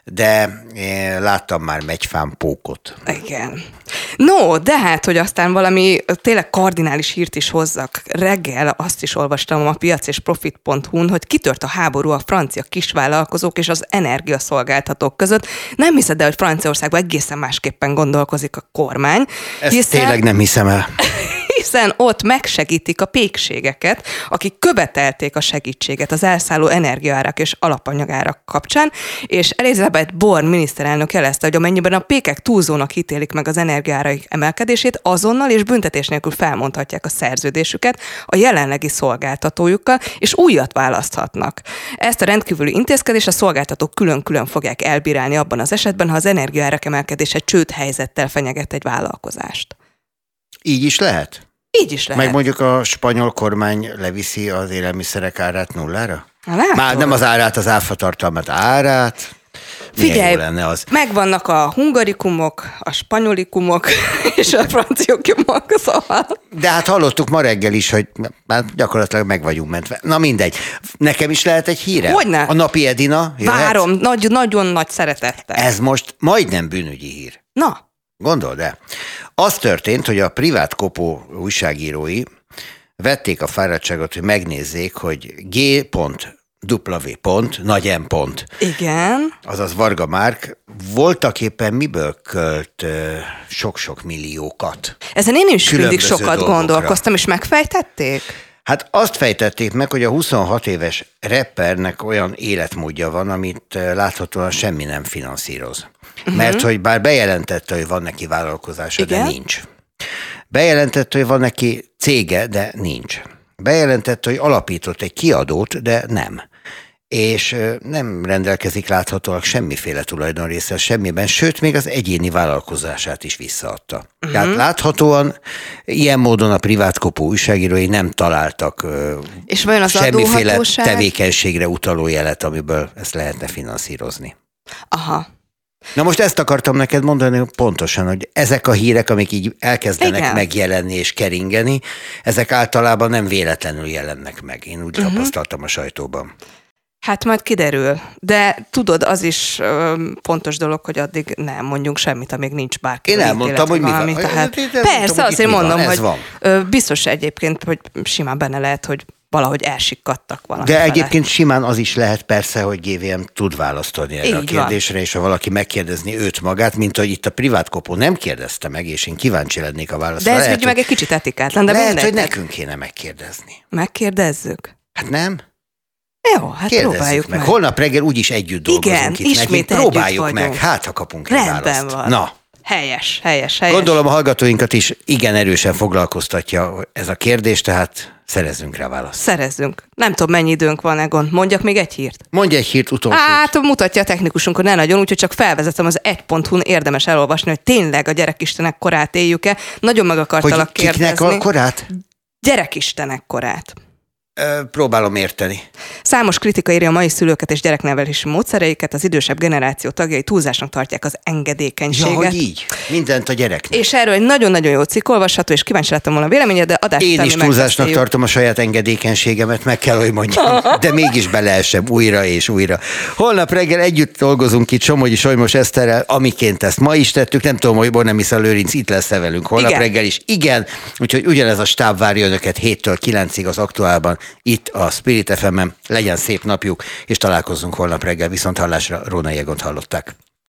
de én láttam már megyfán pókot. Igen. No, de hát, hogy aztán valami tényleg kardinális hírt is hozzak. Reggel azt is olvastam a piac és profit.hu-n, hogy kitört a háború a francia kisvállalkozók és az energiaszolgáltatók között. Nem hiszed el, hogy Franciaországban egészen másképpen gondolkozik a kormány. Ezt tényleg nem hiszem el. Hiszen ott megsegítik a pékségeket, akik követelték a segítséget az elszálló energiaárak és alapanyagárak kapcsán, és Elizabeth Borne miniszterelnök jelezte, hogy amennyiben a pékek túlzónak ítélik meg az energiaáraik emelkedését, azonnal és büntetés nélkül felmondhatják a szerződésüket a jelenlegi szolgáltatójukkal, és újat választhatnak. Ezt a rendkívüli intézkedést a szolgáltatók külön-külön fogják elbírálni abban az esetben, ha az energiaárak emelkedése csődhelyzettel fenyeget egy vállalkozást. Így is lehet? Így is lehet. Meg mondjuk a spanyol kormány leviszi az élelmiszerek árát nullára? Látod? Már nem az árát, az áfatartalmat, árát. Figyelj, jó lenne az. Megvannak a hungarikumok, a spanyolikumok és a franciakumok, szóval. De hát hallottuk ma reggel is, hogy már gyakorlatilag meg vagyunk mentve. Na mindegy. Nekem is lehet egy hírem? Hogyne? A napi Edina jöhet? Várom, nagyon nagy szeretettel. Ez most majdnem bűnügyi hír. Na. Gondold el. Az történt, hogy a privát kopó újságírói vették a fáradtságot, hogy megnézzék, hogy G.W. nagy M. Igen. Azaz Varga Márk voltak éppen miből költ sok-sok milliókat. Ezen én is mindig sokat dolgokra gondolkoztam, és megfejtették? Hát azt fejtették meg, hogy a 26 éves rappernek olyan életmódja van, amit láthatóan semmi nem finanszíroz. Mert hogy bár bejelentette, hogy van neki vállalkozása, igen? De nincs. Bejelentette, hogy van neki cége, de nincs. Bejelentette, hogy alapított egy kiadót, de nem. És nem rendelkezik láthatóan semmiféle tulajdonrésszel semmiben, sőt, még az egyéni vállalkozását is visszaadta. Tehát láthatóan ilyen módon a privátkopó újságírói nem találtak és vajon az semmiféle adóhatóság? Tevékenységre utaló jelet, amiből ezt lehetne finanszírozni. Aha. Na most ezt akartam neked mondani pontosan, hogy ezek a hírek, amik így elkezdenek megjelenni és keringeni, ezek általában nem véletlenül jelennek meg. Én úgy tapasztaltam a sajtóban. Hát majd kiderül, de tudod, az is fontos dolog, hogy addig nem mondjunk semmit, amíg nincs bárki. Én elmondtam, hogy mi van. Persze, azért mondom, hogy biztos egyébként, hogy simán benne lehet, hogy valahogy elsikkadtak valami. De egyébként simán az is lehet persze, hogy GVM tud választani erre a kérdésre, és ha valaki megkérdezni őt magát, mint hogy itt a Privatkopó nem kérdezte meg, és én kíváncsi lennék a válaszra. De ez lehet, meg egy kicsit etikátlan. De lehet, hogy nekünk kéne megkérdezni. Megkérdezzük? Hát nem? Jó, hát próbáljuk meg. Holnap reggel úgyis együtt dolgozunk itt. Ismét próbáljuk meg, hát ha kapunk egy választ. Van. Na. Helyes. Gondolom a hallgatóinkat is igen erősen foglalkoztatja ez a kérdés, tehát szerezzünk rá választ. Szerezzünk. Nem tudom, mennyi időnk van, Egon. Mondjak még egy hírt? Mondj egy hírt utolsót. Hát mutatja a technikusunk, hogy ne nagyon, úgyhogy csak felvezetem az 1.hu-n, érdemes elolvasni, hogy tényleg a gyerekistenek korát éljük-e. Nagyon meg akartalak kérdezni. Kiknek a korát? Gyerekistenek korát. Próbálom érteni. Számos kritika éri a mai szülőket és gyereknevelési módszereiket, az idősebb generáció tagjai túlzásnak tartják az engedékenységet. Ja, hogy így. Mindent a gyereknek. És erről egy nagyon-nagyon jó cikk olvasható, és kíváncsi lettem volna a véleményed, de adás én is túlzásnak tartom a saját engedékenységemet, meg kell, hogy mondjam. De mégis beleessem újra és újra. Holnap reggel együtt dolgozunk itt Somogyi Solymos Eszterrel, amiként ezt ma is tettük. Nem tudom, hogy Bornemisza Lőrinc itt lesz velünk holnap reggel is. Igen, úgyhogy ugyanez a stáb várja önöket 7-től 9-ig az Aktuálban. Itt a Spirit FM-en. Legyen szép napjuk, és találkozzunk holnap reggel. Viszonthallásra. Rónai Egont hallották.